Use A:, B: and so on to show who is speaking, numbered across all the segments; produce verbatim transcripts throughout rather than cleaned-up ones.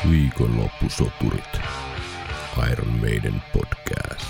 A: Viikonloppusoturit. Iron Maiden podcast.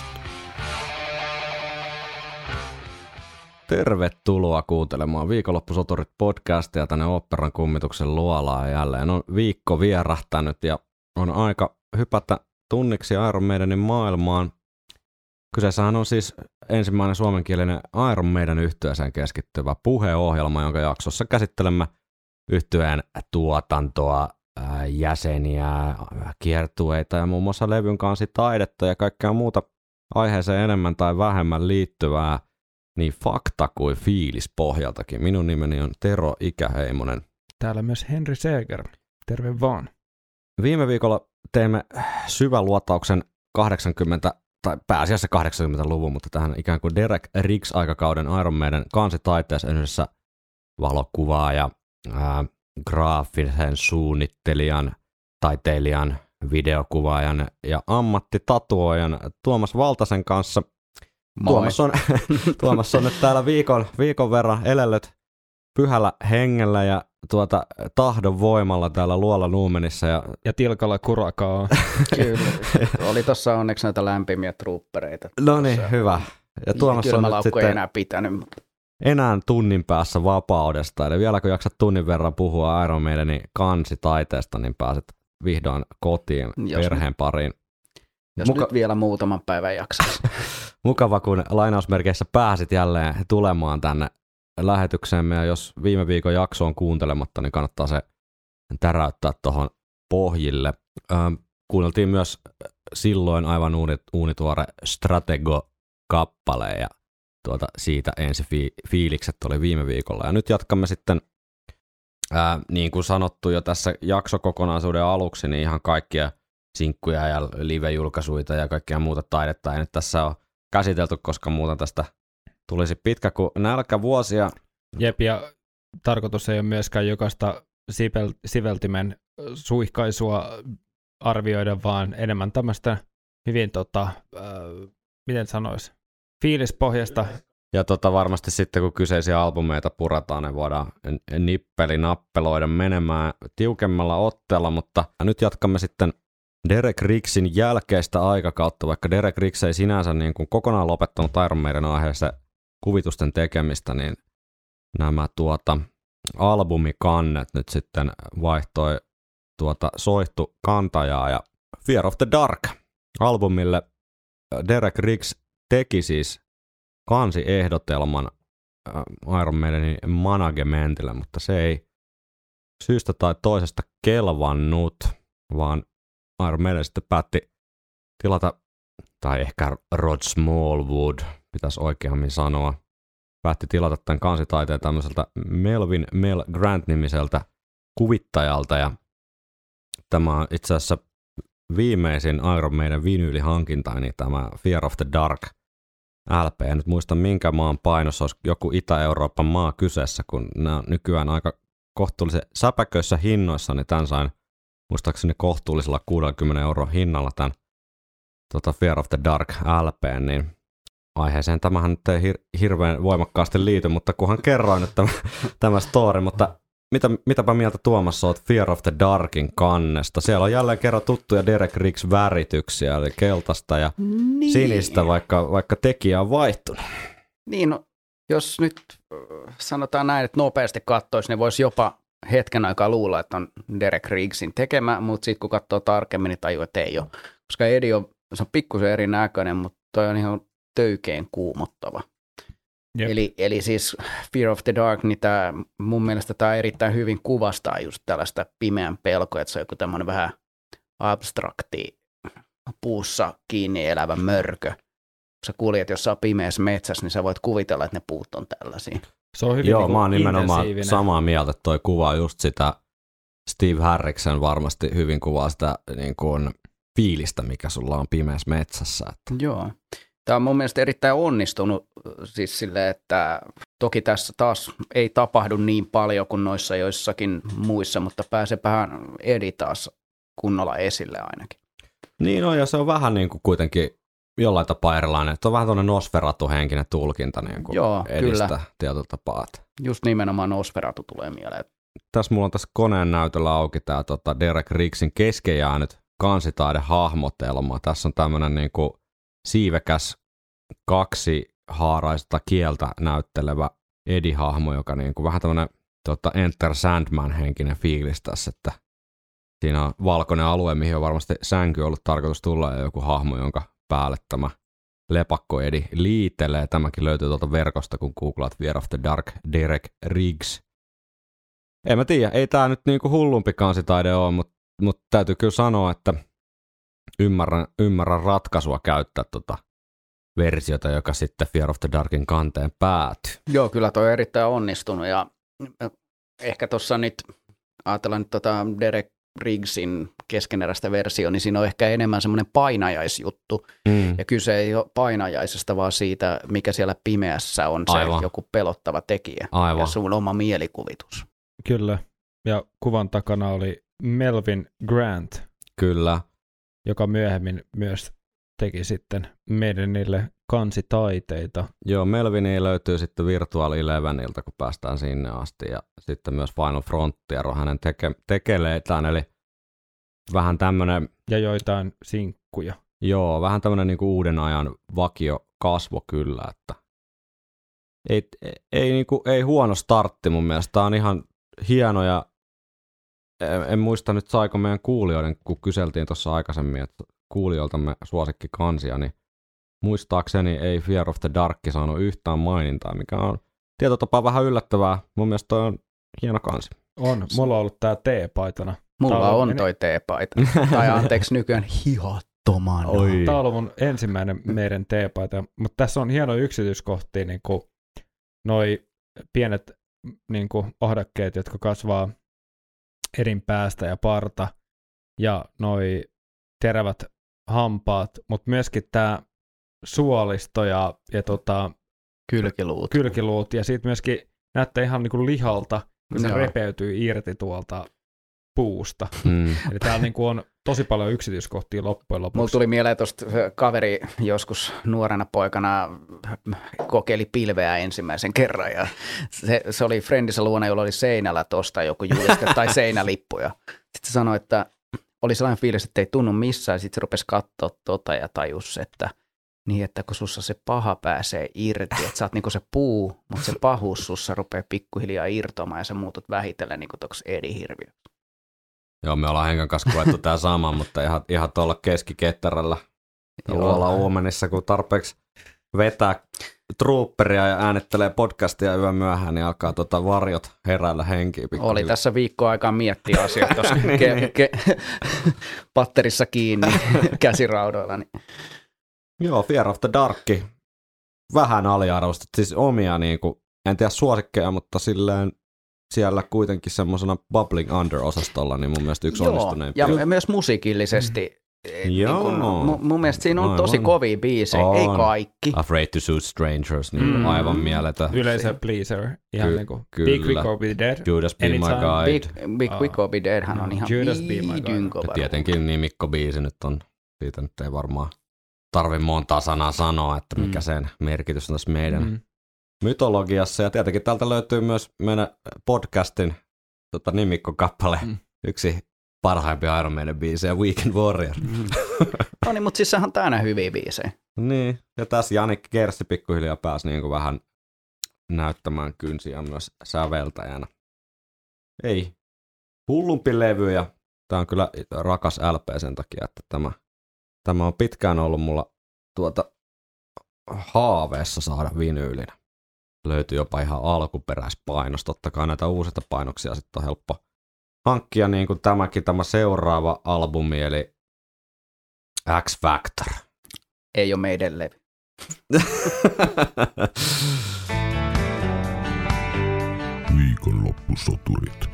B: Tervetuloa kuuntelemaan Viikonloppusoturit podcastia tänne Oopperan kummituksen luolaan jälleen. On viikko vierähtänyt ja on aika hypätä tunniksi Iron Maidenin maailmaan. Kyseessähän on siis ensimmäinen suomenkielinen Iron Maiden yhtyeeseen keskittyvä puheohjelma, jonka jaksossa käsittelemme yhtyeen tuotantoa, jäseniä, kiertueita ja muun muassa levyn kansi taidetta ja kaikkea muuta aiheeseen enemmän tai vähemmän liittyvää niin fakta kuin fiilis pohjaltakin. Minun nimeni on Tero Ikäheimonen.
C: Täällä myös Henri Seeger. Terve vaan.
B: Viime viikolla teimme syvän luottauksen kahdeksankymmentä tai pääasiassa kahdeksankymmentäluvun, mutta tähän ikään kuin Derek Riggs-aikakauden Iron Maiden kansitaiteessa yhdessä valokuvaaja, ää, graafisen suunnittelijan, taiteilijan, videokuvaajan ja ammattitatuoijan Tuomas Valtasen kanssa. Tuomas on, Tuomas on nyt täällä viikon, viikon verran elellyt pyhällä hengellä ja tuota, tahdon voimalla täällä Luola Nuumenissa. Ja,
C: ja tilkalla kurakaa.
D: Kyllä. Oli tuossa onneksi näitä lämpimiä truppereita.
B: No niin, hyvä. Ja Tuomas on nyt sitten
D: ei enää pitänyt.
B: Enää tunnin päässä vapaudesta. Eli vielä kun jaksat tunnin verran puhua Iron Maidenin kansitaiteesta, niin pääset vihdoin kotiin jos perheen nyt, pariin.
D: Jos Muka- nyt vielä muutaman päivän jaksaisi.
B: Mukava, kun lainausmerkeissä pääsit jälleen tulemaan tänne lähetykseemme, ja jos viime viikon jakso on kuuntelematta, niin kannattaa se täräyttää tuohon pohjille. Ähm, kuunneltiin myös silloin aivan uuni, uunituore Stratego-kappale, ja tuota, siitä ensi fi- fiilikset oli viime viikolla. Ja nyt jatkamme sitten, ää, niin kuin sanottu jo tässä jaksokokonaisuuden aluksi, niin ihan kaikkia sinkkuja ja live-julkaisuita ja kaikkea muuta taidetta ei nyt tässä ole käsitelty, koska muuten tästä tulisi pitkä kuin nälkävuosia.
C: Jep, ja tarkoitus ei ole myöskään jokaista sivel- siveltimen suihkaisua arvioida, vaan enemmän tämmöistä hyvin, tota, äh, miten sanoisi, fiilispohjasta.
B: Ja tota, varmasti sitten, kun kyseisiä albumeita purataan, ne voidaan nippelinappeloida menemään tiukemmalla otteella, mutta nyt jatkamme sitten Derek Riggsin jälkeistä aikakautta, vaikka Derek Riggs ei sinänsä niin kuin kokonaan lopettanut Iron Maiden aiheessa kuvitusten tekemistä, niin nämä tuota, albumikannet nyt sitten vaihtoi tuota soihtu kantajaa, ja Fear of the Dark-albumille Derek Riggs teki siis kansiehdotelman Iron Maidenin managementille, mutta se ei syystä tai toisesta kelvannut, vaan Iron Maiden sitten päätti tilata, tai ehkä Rod Smallwood, pitäisi oikeammin sanoa, päätti tilata tämän kansitaiteen tämmöiseltä Melvin Mel Grant-nimiseltä kuvittajalta, ja tämä on itse asiassa viimeisin Iron Maiden vinyylihankinta, niin tämä Fear of the Dark L P. En nyt muista minkä maan painossa olisi joku Itä-Euroopan maa kyseessä, kun nämä on nykyään aika kohtuullisen säpäköissä hinnoissa, niin tämän sain muistaakseni kohtuullisella kuusikymmentä euroa hinnalla tämän tota Fear of the Dark L P, niin aiheeseen tämähän nyt ei hir- hirveän voimakkaasti liity, mutta kunhan kerroin nyt tämä, tämä story, mutta mitä, mitäpä mieltä Tuomas olet Fear of the Darkin kannesta? Siellä on jälleen kerran tuttuja Derek Riggs värityksiä, eli keltaista ja niin. sinistä, vaikka, vaikka tekijä on vaihtunut.
D: Niin, no, jos nyt sanotaan näin, että nopeasti katsoisi, niin voisi jopa hetken aikaa luulla, että on Derek Riggsin tekemä, mutta sitten kun katsoo tarkemmin, niin tajuu, että ei ole. Koska Eddie on, se on pikkusen erinäköinen, mutta toi on ihan töykein kuumottava. Eli, eli siis Fear of the Dark, niin tää, mun mielestä tämä erittäin hyvin kuvastaa just tällaista pimeän pelkoa, että se on joku tämmöinen vähän abstrakti puussa kiinni elävä mörkö. Kun sä kuljet jossain pimeässä metsässä, niin sä voit kuvitella, että ne puut on tällaisia.
C: Se on hyvin
B: Joo,
C: niin
B: mä oon nimenomaan samaa mieltä, että toi kuvaa just sitä, Steve Harriksen varmasti hyvin kuvaa sitä niin kuin fiilistä, mikä sulla on pimeässä metsässä. Että.
D: Joo. Tämä on mun mielestä erittäin onnistunut siis sille, että toki tässä taas ei tapahdu niin paljon kuin noissa joissakin muissa, mutta pääsepähän Eddie taas kunnolla esille ainakin.
B: Niin on, ja se on vähän niin kuin kuitenkin jollain tapaa erilainen. Että on vähän tuonne Nosferatu-henkinen tulkinta niin kuin
D: Joo,
B: Edistä
D: kyllä.
B: tietyllä tapaa.
D: Just nimenomaan Nosferatu tulee mieleen.
B: tässä mulla on tässä koneen näytöllä auki tää tota Derek Riggsin kesken jäänyt kansitaidehahmotelma. Tässä on tämmönen niinku siivekäs kaksi haaraista kieltä näyttelevä Eddie-hahmo, joka niinku vähän tämmönen tota Enter Sandman-henkinen fiilis tässä, että siinä on valkoinen alue, mihin on varmasti sänky ollut tarkoitus tulla ja joku hahmo, jonka päälle tämä lepakko Eddie liitelee. Tämäkin löytyy tuolta verkosta, kun googlaat Fear of the Dark Derek Riggs. En mä tiedä, ei tää nyt niinku hullumpi kansitaide ole, mutta mut täytyy kyllä sanoa, että ymmärrän, ymmärrän ratkaisua käyttää tota versiota, joka sitten Fear of the Darkin kanteen päätyy.
D: Joo, kyllä toi on erittäin onnistunut ja ehkä tuossa nyt ajatellaan nyt tota Derek Riggsin keskeneräistä versiota, niin siinä on ehkä enemmän semmoinen painajaisjuttu. Mm. Ja kyse ei ole painajaisesta, vaan siitä, mikä siellä pimeässä on se Aivan. joku pelottava tekijä Aivan. ja sun oma mielikuvitus.
C: Kyllä, ja kuvan takana oli Melvin Grant.
B: Kyllä.
C: Joka myöhemmin myös teki sitten meidän niille kansitaiteita.
B: Joo, Melvini löytyy sitten Virtual Eleveniltä, kun päästään sinne asti, ja sitten myös Final Frontier on hänen teke- tekeleitään, eli vähän tämmönen...
C: Ja joitain sinkkuja.
B: Joo, vähän tämmönen niinku uuden ajan vakio kasvo kyllä, että ei, ei, niinku, ei huono startti mun mielestä. Tää on ihan hieno ja en, en muista nyt saiko meidän kuulijoiden, kun kyseltiin tuossa aikaisemmin, että kuulijoiltamme suosikki kansia, niin muistaakseni ei Fear of the Dark saanut yhtään mainintaa, mikä on tietotapaa vähän yllättävää. Mun mielestä toi on hieno kansi.
C: On. Mulla on ollut tää T-paitana.
D: Mulla on, on toi T-paita. Tai anteeksi nykyään hihattomana.
C: Oi. Tää on ollut mun ensimmäinen meidän T-paita, mutta tässä on hieno yksityiskohtia, niin kuin noi pienet niin kuin ohdakkeet, jotka kasvaa erin päästä ja parta, ja noi terävät hampaat, mutta myöskin tää suolisto ja, ja tota,
D: kylkiluut.
C: kylkiluut, ja sitten myöskin näyttää ihan niinku lihalta, kun se Joo. repeytyy irti tuolta puusta. Mm. Eli täällä niinku on tosi paljon yksityiskohtia loppujen lopuksi.
D: Mulla tuli mieleen tuosta kaveri joskus nuorena poikana kokeili pilveä ensimmäisen kerran, ja se, se oli Friendissä luona, jolla oli seinällä tosta joku juliste tai seinälippu, ja sitten se sanoi, että oli sellainen fiilis, että ei tunnu missään, ja sitten se rupesi katsoa tota ja tajus, että niin, että kun sussa se paha pääsee irti, että sä oot niinku se puu, mutta se pahuus sussa rupeaa pikkuhiljaa irtoamaan ja sä muutut vähitellen niinku toksi Eddie-hirviö.
B: Joo, me ollaan Henkan kanssa koettu tää sama, mutta ihan, ihan tuolla keskiketterällä tuolla Uumenissa, kun tarpeeksi vetää trooperia ja äänittelee podcastia yön myöhään, niin alkaa tota varjot heräillä henkiä.
D: Oli tässä viikko aikaa miettiä asiaa tuossa ke- ke- patterissa kiinni käsiraudoilla. Niin.
B: Joo, Fear of the Dark. Vähän aliarvostettu, siis omia, niin kuin, en tiedä suosikkeja, mutta silleen siellä kuitenkin semmoisena bubbling under-osastolla, niin mun mielestä yksi onnistuneimpia.
D: Ja myös musiikillisesti. Joo. Niin kun, mun, mun mielestä siinä on aivan. Tosi kovia biisejä, on. Ei kaikki.
B: Afraid to Shoot Strangers, niin mm. aivan mieletön.
C: Yleisö Pleaser, ihan Ky- niin kuin Be Quick or Be Dead.
B: Judas Be My Guide.
D: Be, Be Quick or Be Dead, hän on ihan viidyn kova.
B: Tietenkin nimikko-biisi nyt on, siitä nyt ei varmaan tarvi montaa sanaa sanoa, että mikä mm. sen merkitys on tässä meidän mm. mytologiassa. Ja tietenkin täältä löytyy myös meidän podcastin tota, nimikkokappale, mm. yksi parhaimpia Iron Maiden biisejä, Weekend Warrior. Mm.
D: No niin, mutta siis sehän on täynnä hyviä biisejä.
B: Niin, ja tässä Janik Kersti pikkuhiljaa pääsi niin kuin vähän näyttämään kynsiä myös säveltäjänä. Ei, hullumpi levy, ja tämä on kyllä rakas L P sen takia, että tämä, tämä on pitkään ollut mulla tuota haaveessa saada vinyylinä. Löytyy jopa ihan alkuperäispainosta. Totta kai näitä uusista painoksia sitten on helppo hankkia, niin kuin tämäkin, tämä seuraava albumi, eli X Factor.
D: Ei ole meidän levy.
A: Viikonloppusoturit.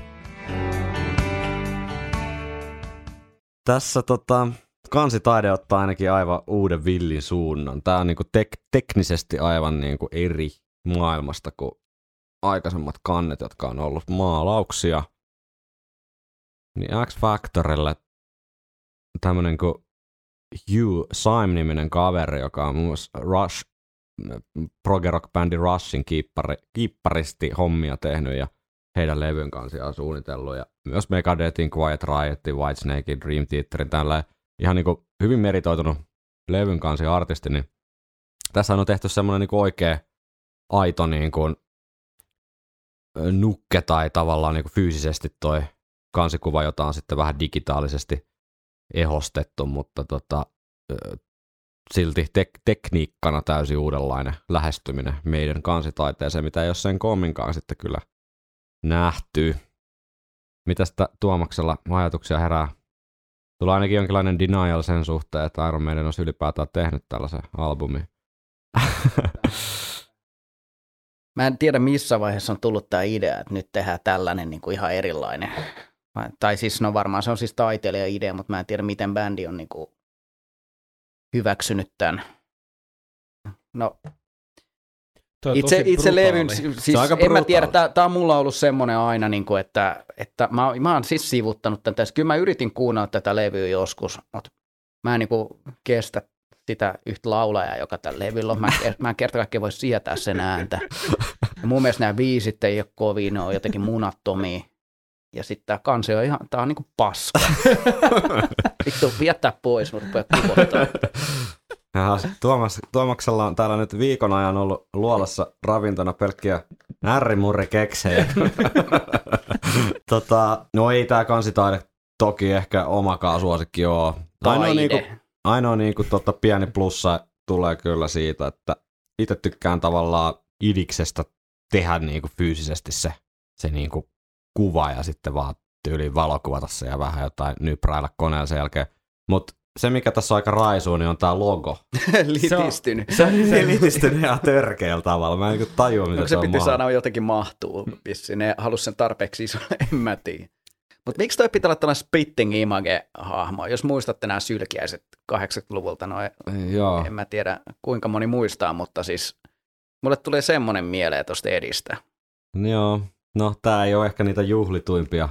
B: Tässä tota, kansitaide ottaa ainakin aivan uuden villin suunnan. Tämä on niinku tek- teknisesti aivan niinku eri maailmasta kuin aikaisemmat kannet, jotka on ollut maalauksia. Niin X Factorille tämmönen kuin Hugh Syme-niminen kaveri, joka on muun muassa Rush, progerock-bändi Rushin kiippari, kiipparisti hommia tehnyt ja heidän levyn kansiaan suunnitellut. Ja myös Megadethin, Quiet Riotin, Whitesnakein, Dream Theaterin, tällä ihan niin kuin hyvin meritoitunut levyn kansi-artisti, niin tässä on tehty semmoinen niin kuin oikea aito niin kuin nukke tai tavallaan niin kuin fyysisesti toi kansikuva, jota on sitten vähän digitaalisesti ehostettu, mutta tota, silti tek- tekniikkana täysin uudenlainen lähestyminen meidän kansitaiteeseen, mitä ei ole sen komminkaan sitten kyllä nähty. Mitä sitä Tuomaksella ajatuksia herää? Tulee ainakin jonkinlainen denial sen suhteen, että Iron Maiden olisi ylipäätään tehnyt tällaisen albumin.
D: Mä en tiedä missä vaiheessa on tullut tämä idea, että nyt tehdään tällainen niin kuin ihan erilainen. Tai siis no varmaan se on siis taiteilija-idea, mutta mä en tiedä miten bändi on niin kuin hyväksynyt tämän. No, itse, itse levyn, siis en mä tiedä, tämä on mulla ollut semmoinen aina, niin kuin, että, että mä, mä oon siis sivuttanut tämän tässä. Kyllä mä yritin kuunnella tätä levyä joskus, mutta mä en niin kuin kestä sitä yhtä laulajaa, joka tällä levyllä on. Mä, mä en kerta kaikkiaan voi sietää sen ääntä. Ja mun mielestä nämä biisit ei ole kovin, ne on jotenkin munattomia. Ja sitten tämä kansi on ihan, tää on niinku paska. Vittu, viettää pois, mä rupean kuvottaa.
B: Tuomas, Tuomaksella on täällä nyt viikon ajan ollut luolassa ravintona pelkkiä närrimurrikeksejä. tota, no ei tää kansitaide toki ehkä omakaan suosikki oo. Ainoa niinku, ainoa niinku tota pieni plussa tulee kyllä siitä, että itse tykkään tavallaan idiksestä tehdä niinku fyysisesti se, se niinku kuva ja sitten vaan tyyliin valokuvata se ja vähän jotain nyprailla koneella sen jälkeen. Mutta se, mikä tässä on aika raisuu, niin on tää logo.
D: Litistynyt.
B: Se on, se on litistynyt ihan törkeällä tavalla. Mä en niin tajua, mitä
D: no,
B: se,
D: se
B: on
D: piti
B: maa.
D: saada jotenkin mahtuu. Vissi. Ne halusi sen tarpeeksi isolle, en mä tiedä. Mutta miksi toi pitää olla tällainen spitting image-hahmo? Jos muistatte nämä sylkiäiset kahdeksankymmentäluvulta, no
B: Joo.
D: En mä tiedä kuinka moni muistaa, mutta siis mulle tulee semmoinen mieleen tuosta Edistä.
B: Joo. No, tää ei ole ehkä niitä juhlituimpia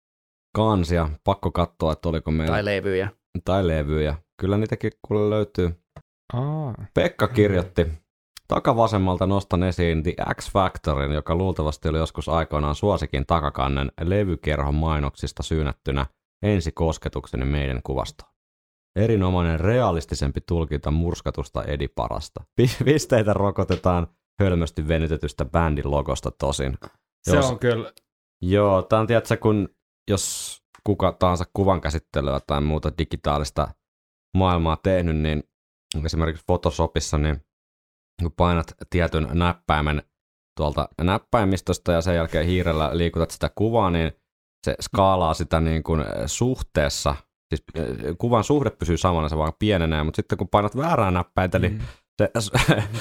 B: kansia. Pakko katsoa, että oliko meillä...
D: Tai levyjä.
B: Tai levyjä. Kyllä niitäkin kuule löytyy.
C: Aa.
B: Pekka kirjoitti, takavasemmalta nostan esiin The X-Factorin, joka luultavasti oli joskus aikoinaan suosikin takakannen levykerhon mainoksista syynättynä ensikosketukseni meidän kuvastoon. Erinomainen realistisempi tulkinta murskatusta Ediparasta. Pisteitä rokotetaan hölmösti venytetystä bändin logosta tosin.
C: Se
B: jos,
C: on kyllä.
B: Joo, tämä on tiedätkö, kun jos kuka tahansa kuvan käsittelyä tai muuta digitaalista maailmaa tehnyt, niin esimerkiksi Photoshopissa, niin kun painat tietyn näppäimen tuolta näppäimistöstä ja sen jälkeen hiirellä liikutat sitä kuvaa, niin se skaalaa sitä niin kuin suhteessa. Siis kuvan suhde pysyy samana, se vaan pienenee, mutta sitten kun painat väärää näppäintä, niin mm. se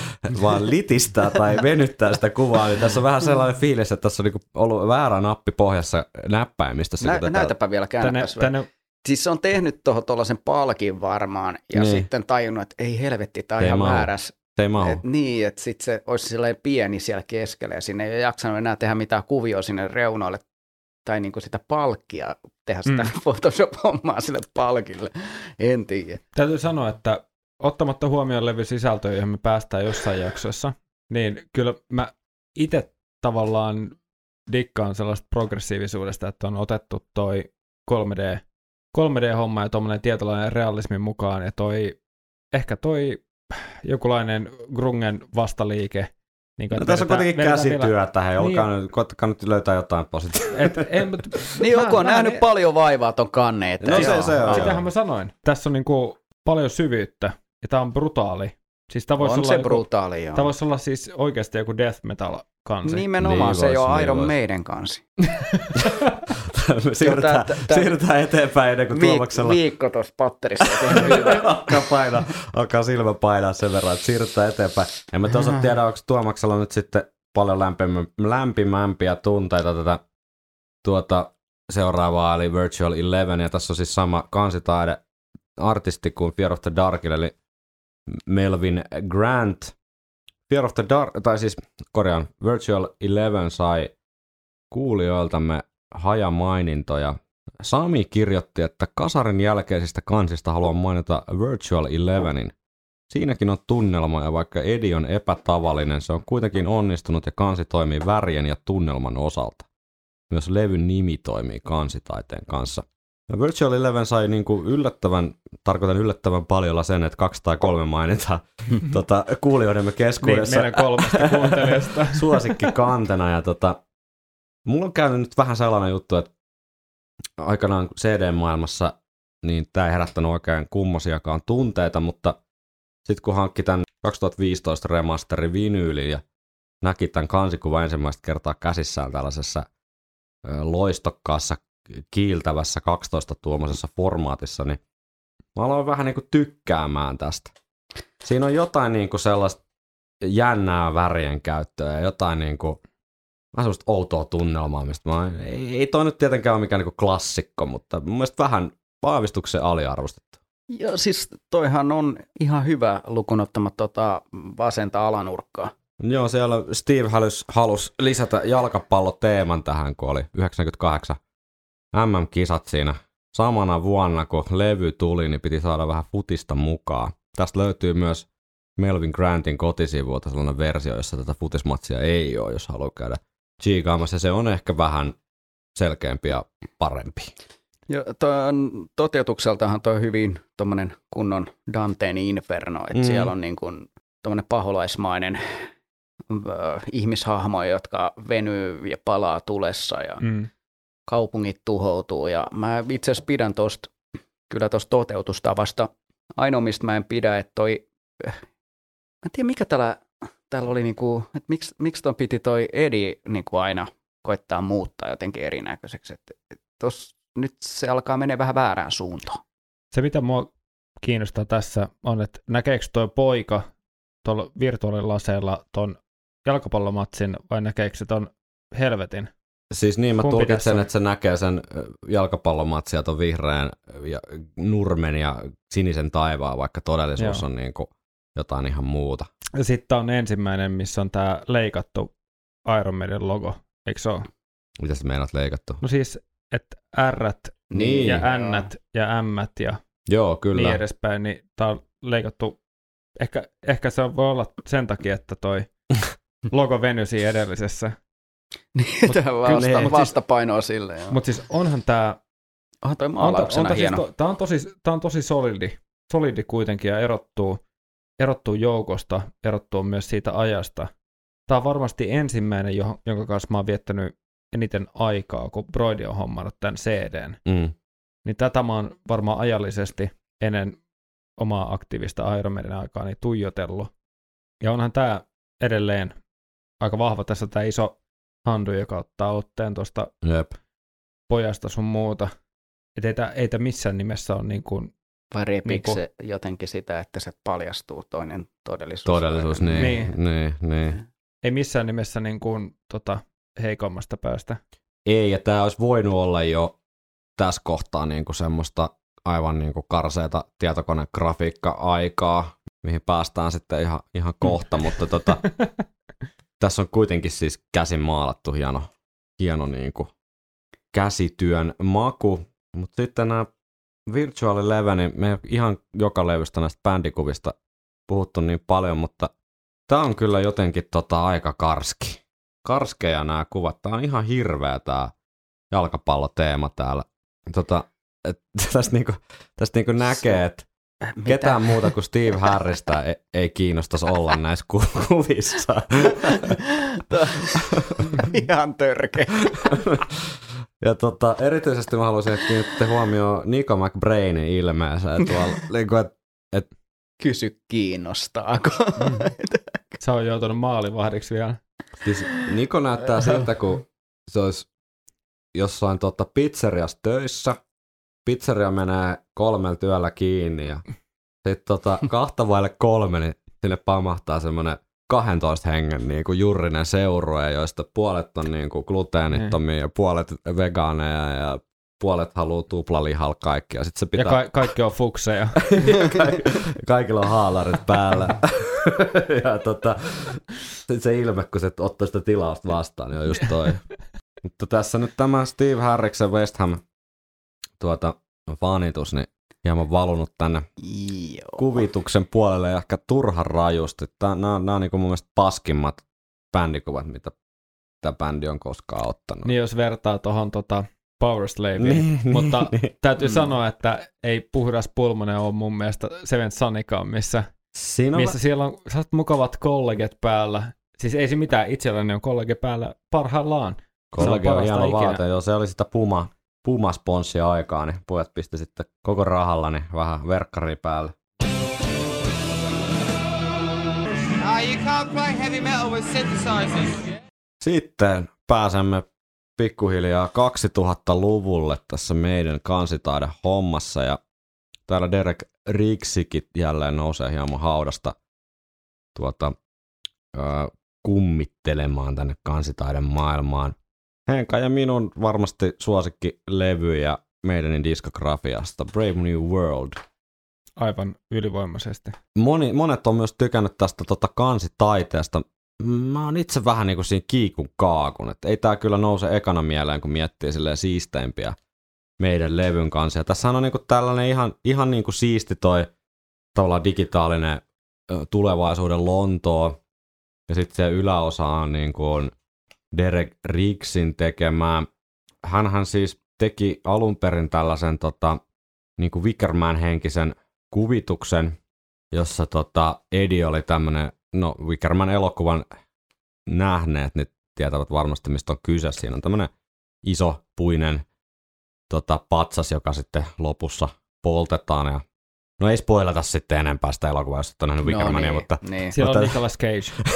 B: vaan litistää tai venyttää sitä kuvaa, niin tässä on vähän sellainen fiilis, että tässä on niinku ollut väärä nappi pohjassa näppäimistössä.
D: Nä, näytäpä vielä käännäpäs. Tänne... Siis se on tehnyt tuohon tuollaisen palkin varmaan ja niin. Sitten tajunnut, että ei helvetti, tämä on ihan väärässä.
B: Se ei mahu.
D: Et niin, että sitten se olisi sellainen pieni siellä keskellä ja sinne ei jaksanut enää tehdä mitään kuvioa sinne reunoille tai niinku sitä palkkia, tehdä sitä mm. Photoshop-hommaa sille palkille. En tiedä.
C: Täytyy sanoa, että ottamatta huomioon levy sisältöä, johon me päästään jossain jaksossa, niin kyllä mä itse tavallaan dikkaan sellaista progressiivisuudesta, että on otettu toi kolme D, kolme D-homma ja tuommoinen tietynlainen realismin mukaan, ja toi, ehkä toi jokulainen grungen vastaliike. Niin
B: no, tässä on kuitenkin käsityötä, hei, olkaa niin, nyt, koittakaa nyt löytää jotain positiivista.
D: Niin joku on nähnyt ne... paljon vaivaa ton kanneen eteen.
B: No se, se on.
C: Sitähän mä sanoin. Tässä on niinku paljon syvyyttä, ja tää on brutaali. Siis tää voisi
D: on
C: olla
D: se
C: joku,
D: brutaali, joo.
C: Tää voisi olla siis oikeasti joku death metal kansi.
D: Nimenomaan, niin se ei ole Iron Maiden kansi.
B: siirrytään, siirrytään eteenpäin ennen kuin Tuomaksella...
D: Viikko tuossa patterissa.
B: alkaa, painaa, alkaa silmä painaa sen verran, että siirrytään eteenpäin. En mä toisaalta tiedä, onko Tuomaksella nyt sitten paljon lämpimä, lämpimämpiä tunteita tätä tuota seuraavaa, eli Virtual Eleven, ja tässä on siis sama kansitaide artisti kuin Fear of the Darkille, eli Melvin Grant. Fear of the Dark, tai siis korjaan, Virtual Eleven sai kuulijoiltamme hajamainintoja. Sami kirjoitti, että kasarin jälkeisistä kansista haluan mainita Virtual Elevenin. Siinäkin on tunnelma, ja vaikka Eddie on epätavallinen, se on kuitenkin onnistunut ja kansi toimii värien ja tunnelman osalta. myös levyn nimi toimii kansitaiteen kanssa. Ja Virtual Eleven sai niinku yllättävän, tarkoitan yllättävän paljolla sen, että kaksi tai kolme mainintaa tota, kuulijoidemme keskuudessa.
C: Niin, meidän kolmesta kuuntelijasta.
B: Suosikki kantena. Ja tota, mulla on käynyt nyt vähän sellainen juttu, että aikanaan C D-maailmassa niin tämä ei herättänyt oikein kummosiakaan tunteita, mutta sitten kun hankki tämän kaksituhattaviisitoista remasterin vinyyliin ja näki tämän kansikuvan ensimmäistä kertaa käsissään tällaisessa loistokkaassa kiiltävässä kaksitoista-tuomaisessa formaatissa, niin mä aloin vähän niin kuin tykkäämään tästä. Siinä on jotain niin kuin sellaista jännää värien käyttöä ja jotain niin kuin, vähän sellaista outoa tunnelmaa, mistä mä, ei, ei toi nyt tietenkään ole mikään niin kuin klassikko, mutta mun mielestä vähän vahvistuksen aliarvostettu.
D: Joo, siis toihan on ihan hyvä lukuun ottamatta tota vasenta alanurkkaa.
B: Joo, siellä Steve halusi halus lisätä jalkapalloteeman tähän, kun oli yhdeksänkymmentäkahdeksan M M-kisat siinä. Samana vuonna, kun levy tuli, niin piti saada vähän futista mukaan. Tästä löytyy myös Melvin Grantin kotisivuilta sellainen versio, jossa tätä futismatsia ei ole, jos haluaa käydä chiikaamassa. Se on ehkä vähän selkeämpi ja parempi.
D: Joo, toteutukseltahan toi hyvin tommonen kunnon Danteen Inferno, että mm. siellä on niin kuin tommonen paholaismainen äh, ihmishahmo, jotka venyy ja palaa tulessa ja mm. kaupungit tuhoutuu. Ja mä itse asiassa pidän tosta, kyllä tosta toteutustavasta. Ainoa, mistä mä en pidä, että toi, mä en tiedä mikä täällä, täällä oli niinku, että miksi, miksi ton piti toi Eddie niinku aina koittaa muuttaa jotenkin erinäköiseksi, että et tossa nyt se alkaa menee vähän väärään suuntaan.
C: Se, mitä mua kiinnostaa tässä, on, että näkeekö tuo poika tuolla virtuaalilaseella ton jalkapallomatsin vai näkeekö se ton helvetin?
B: Siis niin, mä
C: Kumpi
B: tulkitsen,
C: tässä?
B: että se näkee sen jalkapallomatsia ton vihreän ja nurmen ja sinisen taivaan, vaikka todellisuus Joo. on niin kuin jotain ihan muuta.
C: Ja sitten on ensimmäinen, missä on tää leikattu Iron Maiden logo, eikö se ole?
B: Mitä sä meinaat leikattu?
C: No siis, että R:t
B: niin.
C: ja N:t ja M:t ja
B: Joo, kyllä.
C: niin edespäin, niin tää on leikattu. Ehkä, ehkä se voi olla sen takia, että toi logo venyi siinä edellisessä.
D: Niin, tämä vasta, vastapainoa sille.
C: Mutta siis onhan tää,
D: onhan toi maalauksena
C: on, on,
D: hieno.
C: Siis to, tää on tosi, tää on tosi solidi, solidi kuitenkin ja erottuu, erottuu joukosta, erottuu myös siitä ajasta. Tää on varmasti ensimmäinen, jonka kanssa mä oon viettänyt eniten aikaa, kun Broidi on hommannut tämän C D:n.
B: Mm.
C: Niin tätä mä oon varmaan ajallisesti ennen omaa aktiivista Iron Maiden aikaa niin tuijotellut. Ja onhan tää edelleen aika vahva tässä tää iso handu, joka ottaa otteen tuosta pojasta sun muuta. Että ei tää, ei tää missään nimessä ole niin kuin...
D: Vai repiikö se jotenkin sitä, että se paljastuu toinen todellisuus?
B: Todellisuus, niin.
C: Niin.
B: niin, niin.
C: Ei missään nimessä niin kuin, tota, heikommasta päästä.
B: Ei, ja tää olisi voinut olla jo tässä kohtaa niin kuin semmoista aivan niin kuin karseeta tietokonegrafiikka-aikaa, mihin päästään sitten ihan, ihan kohta, mutta tota, tässä on kuitenkin siis käsin maalattu hieno, hieno niin kuin käsityön maku, mutta sitten nämä Virtual Eleven, niin me ei ihan joka levystä näistä bändikuvista puhuttu niin paljon, mutta tää on kyllä jotenkin tota aika karski. Karskeja nämä kuvat. Tää on ihan hirveä tää jalkapalloteema täällä. Tota, et, tästä niinku, tästä niinku näkee, että ketään muuta kuin Steve Harrista ei, ei kiinnostaisi olla näissä kuvissa.
D: Ihan törkeä.
B: Ja tota, erityisesti mä haluaisin kiinnittää huomioon Nico McBrainin ilmeeseen tuolla. Niin kuin, et, et...
D: Kysy kiinnostaako.
C: Mm. Se on joutunut maalivahdiksi vielä.
B: Siis Niko näyttää siltä, kun se olisi jossain tota, pizzeriassa töissä. Pizzeria menee kolmella työllä kiinni ja sitten tota, kahta vaille kolme, niin sinne pamahtaa semmoinen kahdentoista hengen niin kuin jurrinen seurue, joista puolet on niin kuin gluteenittomia ja puolet vegaaneja ja puolet haluaa tuplalihalla kaikki. Ja, sit se pitää...
C: ja ka- kaikki on fukseja.
B: Ka- kaikilla on haalarit päällä. Ja tota, sit se ilme, kun se ottaa sitä tilausta vastaan, niin on just toi. Mutta tässä nyt tämä Steve Harriksen West Ham tuota, fanitus, niin hieman valunut tänne
D: Joo.
B: kuvituksen puolelle ja ehkä turhan rajusti. Nämä on niin kuin mun mielestä paskimmat bändikuvat, mitä tämä bändi on koskaan ottanut.
C: Niin jos vertaa tuohon tota Powerslaveen,
B: niin,
C: mutta
B: niin,
C: täytyy
D: mm.
C: sanoa, että ei Puhdas Pulmonen ole mun mielestä Seventh Sonikaan, missä,
B: Siinä
C: missä
B: on...
C: siellä on mukavat kolleget päällä. Siis ei se mitään, itselläni on kollege päällä parhaillaan.
B: Kollege on hieno
C: ikinä.
B: vaate, joo, se oli sitä Puma, Puma-sponssia aikaa, niin pojat pisti sitten koko rahalla niin vähän verkkari päälle.
E: Uh, you can't play heavy metal with synthesizers.
B: Sitten pääsemme pikkuhiljaa kaksituhattaluvulle tässä meidän kansitaiden hommassa ja täällä Derek Riggskin jälleen nousee hieman haudasta tuota, ö, kummittelemaan tänne kansitaiden maailmaan. Henka ja minun varmasti suosikkilevyjä meidänin diskografiasta, Brave New World.
C: Aivan ylivoimaisesti.
B: Moni, monet on myös tykännyt tästä tota kansitaiteesta. Mä oon itse vähän niinku siinä kiikun kaakun, että ei tää kyllä nouse ekana mieleen, kun miettii silleen siisteimpiä meidän levyn kanssa. Ja tässä on niinku tällainen ihan, ihan niinku siisti toi tavallaan digitaalinen ö, tulevaisuuden Lontoo. Ja sitten se yläosa on niinku Derek Riggsin tekemää. Hänhän siis teki alun perin tällaisen tota, niinku Wickerman-henkisen kuvituksen, jossa tota Eddie oli tämmönen, no Wickerman elokuvan nähneet nyt tietävät varmasti mistä on kyse. Siinä on tämmönen iso puinen tota, patsas, joka sitten lopussa poltetaan. Ja... No ei spoilata sitten enempää sitä elokuvaa, jos et ole nähnyt Wickermania,
D: no niin,
B: mutta...
D: Niin.
C: Siellä
B: mutta...
C: on Nicolas Cage.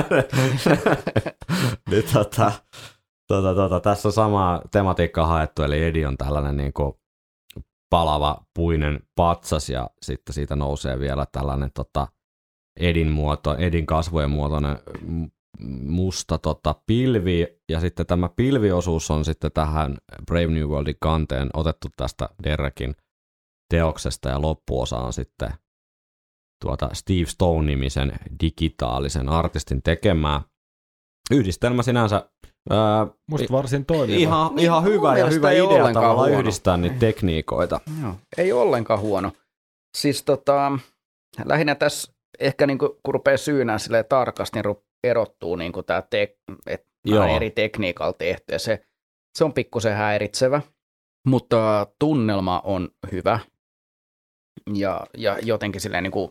B: niin, tota, tota, tota, tässä on sama tematiikka haettu, eli Eddie on tällainen niin kuin palava puinen patsas ja sitten siitä nousee vielä tällainen tota, Edin muoto, Edin kasvojen muotoinen musta tota, pilvi ja sitten tämä pilviosuus on sitten tähän Brave New Worldin kanteen otettu tästä Derekin teoksesta ja loppuosa on sitten tuota Steve Stone-nimisen digitaalisen artistin tekemää. Yhdistelmä sinänsä ää,
C: Musta varsin toimiva.
B: Ihan,
D: Niin,
B: ihan
D: mun
B: hyvä ja
D: mielestä
B: hyvä
D: ei
B: idea
D: ollenkaan
B: tavallaan
D: huono.
B: yhdistää niitä tekniikoita.
D: Joo, ei ollenkaan huono. Siis tota, lähinnä tässä ehkä niinku, kun rupeaa syynään silleen tarkasti, niin ru- erottuu niinku tää te- että nämä on eri tekniikalla tehty ja se, se on pikkusen häiritsevä, mutta tunnelma on hyvä ja, ja jotenkin silleen niinku,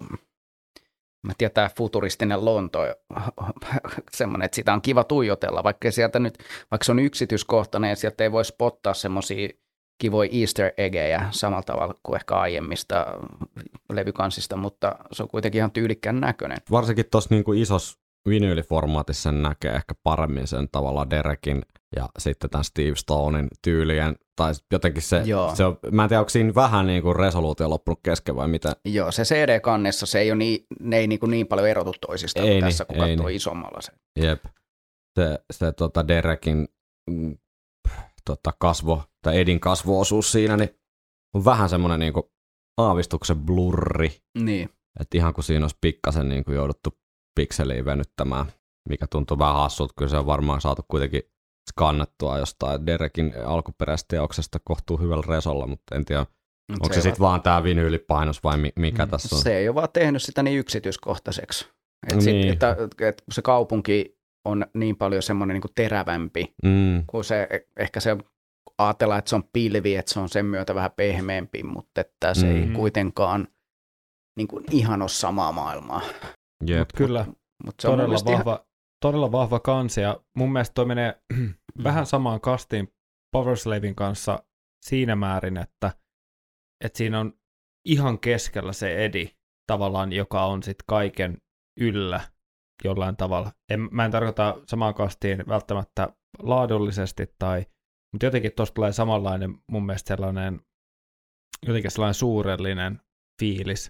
D: mä tiedän, tämä futuristinen Lonto, semmoinen, että sitä on kiva tuijotella, vaikka sieltä nyt, vaikka se on yksityiskohtainen ja sieltä ei voi spottaa semmoisia kivoja easter eggejä samalla tavalla kuin ehkä aiemmista levykansista, mutta se on kuitenkin ihan tyylikkään näköinen.
B: Varsinkin tuossa niinku isossa vinyyliformaatissa sen näkee ehkä paremmin sen tavallaan Derekin ja sitten tämän Steve Stonein tyylien, tai jotenkin se, se on, mä en tiedä, onko siinä vähän niinku resoluutio loppunut kesken vai mitä?
D: Joo, se C D-kannessa se ei ole niin, ne ei niin, niin paljon erotu toisistaan
B: ei
D: tässä,
B: niin,
D: kun katsoo
B: niin.
D: isommalla se.
B: Jep. Se, se tota Derekin mm, tota kasvo, tai Edin kasvoosuus siinä, niin on vähän semmoinen niinku aavistuksen blurri.
D: Niin.
B: Että ihan kun siinä olisi pikkasen niinku jouduttu pikseliin venyttämään, mikä tuntuu vähän hassulta, kyllä se on varmaan saatu kuitenkin skannattua jostain Derekin alkuperäisestä teoksesta kohtuu hyvällä resolla, mutta en tiedä,
D: Mut
B: onko se, se sitten vaan tämä vinyylipainos vai mi- mikä mm. tässä on?
D: Se ei ole vaan tehnyt sitä niin yksityiskohtaiseksi. Et
B: niin.
D: sit, että, että se kaupunki on niin paljon semmoinen niin kuin terävämpi,
B: mm.
D: kuin se, ehkä se ajatellaan, että se on pilvi, että se on sen myötä vähän pehmeämpi, mutta että se
B: mm.
D: ei kuitenkaan niin kuin ihan ole samaa maailmaa.
B: Jep.
C: Mut kyllä,
D: Mut se on
C: todella, vahva,
D: ihan...
C: todella vahva kansi ja mun mielestä toi menee vähän samaan kastiin Powerslavin kanssa siinä määrin, että, että siinä on ihan keskellä se Eddie tavallaan, joka on sitten kaiken yllä jollain tavalla. En, mä en tarkoita samaan kastiin välttämättä laadullisesti, tai, mutta jotenkin tuosta tulee samanlainen mun mielestä sellainen, jotenkin sellainen suurellinen fiilis.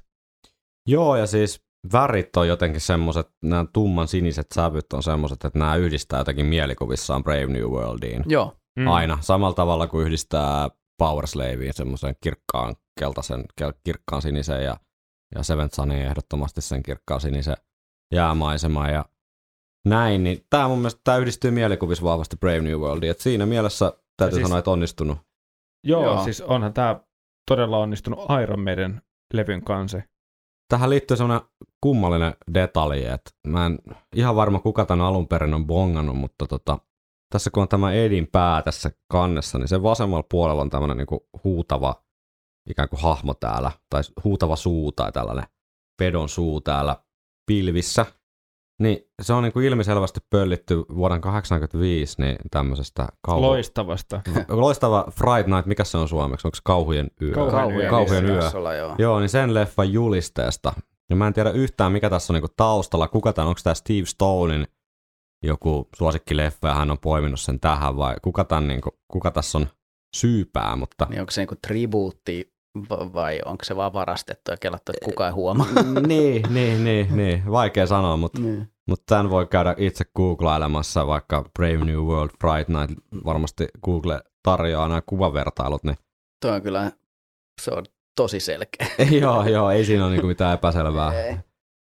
B: Joo, ja siis värit on jotenkin semmoiset, nämä tumman siniset sävyt on semmoiset, että nämä yhdistää jotenkin mielikuvissaan Brave New Worldiin.
D: Joo.
B: Mm. Aina, samalla tavalla kuin yhdistää Powerslaveen semmoisen kirkkaan keltaisen, kirkkaan sinisen ja, ja Seventh Sonin ehdottomasti sen kirkkaan sinisen jäämaisemaan ja näin, niin tämä mun mielestä tämä yhdistyy mielikuvissa vahvasti Brave New Worldiin, että siinä mielessä täytyy siis, sanoa, että onnistunut.
C: Joo,
D: Joo,
C: siis onhan tämä todella onnistunut Iron Maiden levyn kansi.
B: Tähän liittyy semmoinen kummallinen detalji, että mä en ihan varma kuka tämän alun perin on bongannut, mutta tota, tässä kun on tämä Edin pää tässä kannessa, niin sen vasemmalla puolella on tämmöinen niinku huutava ikään kuin hahmo täällä, tai huutava suu tai tällainen pedon suu täällä pilvissä. Niin se on niinku ilmiselvästi pöllitty vuoden kahdeksankymmentäviisi niin tämmöisestä kauhu...
C: Loistavasta.
B: Loistava Fright Night, mikä se on suomeksi? Onko se Kauhujen yö?
C: Kauhujen,
B: Kauhujen yö.
D: Olla, joo.
B: Joo, niin sen leffan julisteesta. Ja mä en tiedä yhtään, mikä tässä on niinku taustalla. Kuka tämän, onko tämä Steve Stonein joku suosikkileffa ja hän on poiminut sen tähän vai kuka, tämän, niinku, kuka tässä on syypää? Mutta...
D: Niin onko se niinku tribuutti vai onko se vaan varastettu ja kelattu, että kukaan ei huomaa?
B: niin, niin, niin, niin, vaikea sanoa, mutta,
D: niin.
B: mutta tämän voi käydä itse googlailemassa, vaikka Brave New World Fright Night, varmasti Google tarjoaa nämä kuvavertailut. Niin...
D: Tuo on kyllä, se on tosi selkeä.
B: joo, joo, ei siinä ole niinku mitään epäselvää.
D: Ei.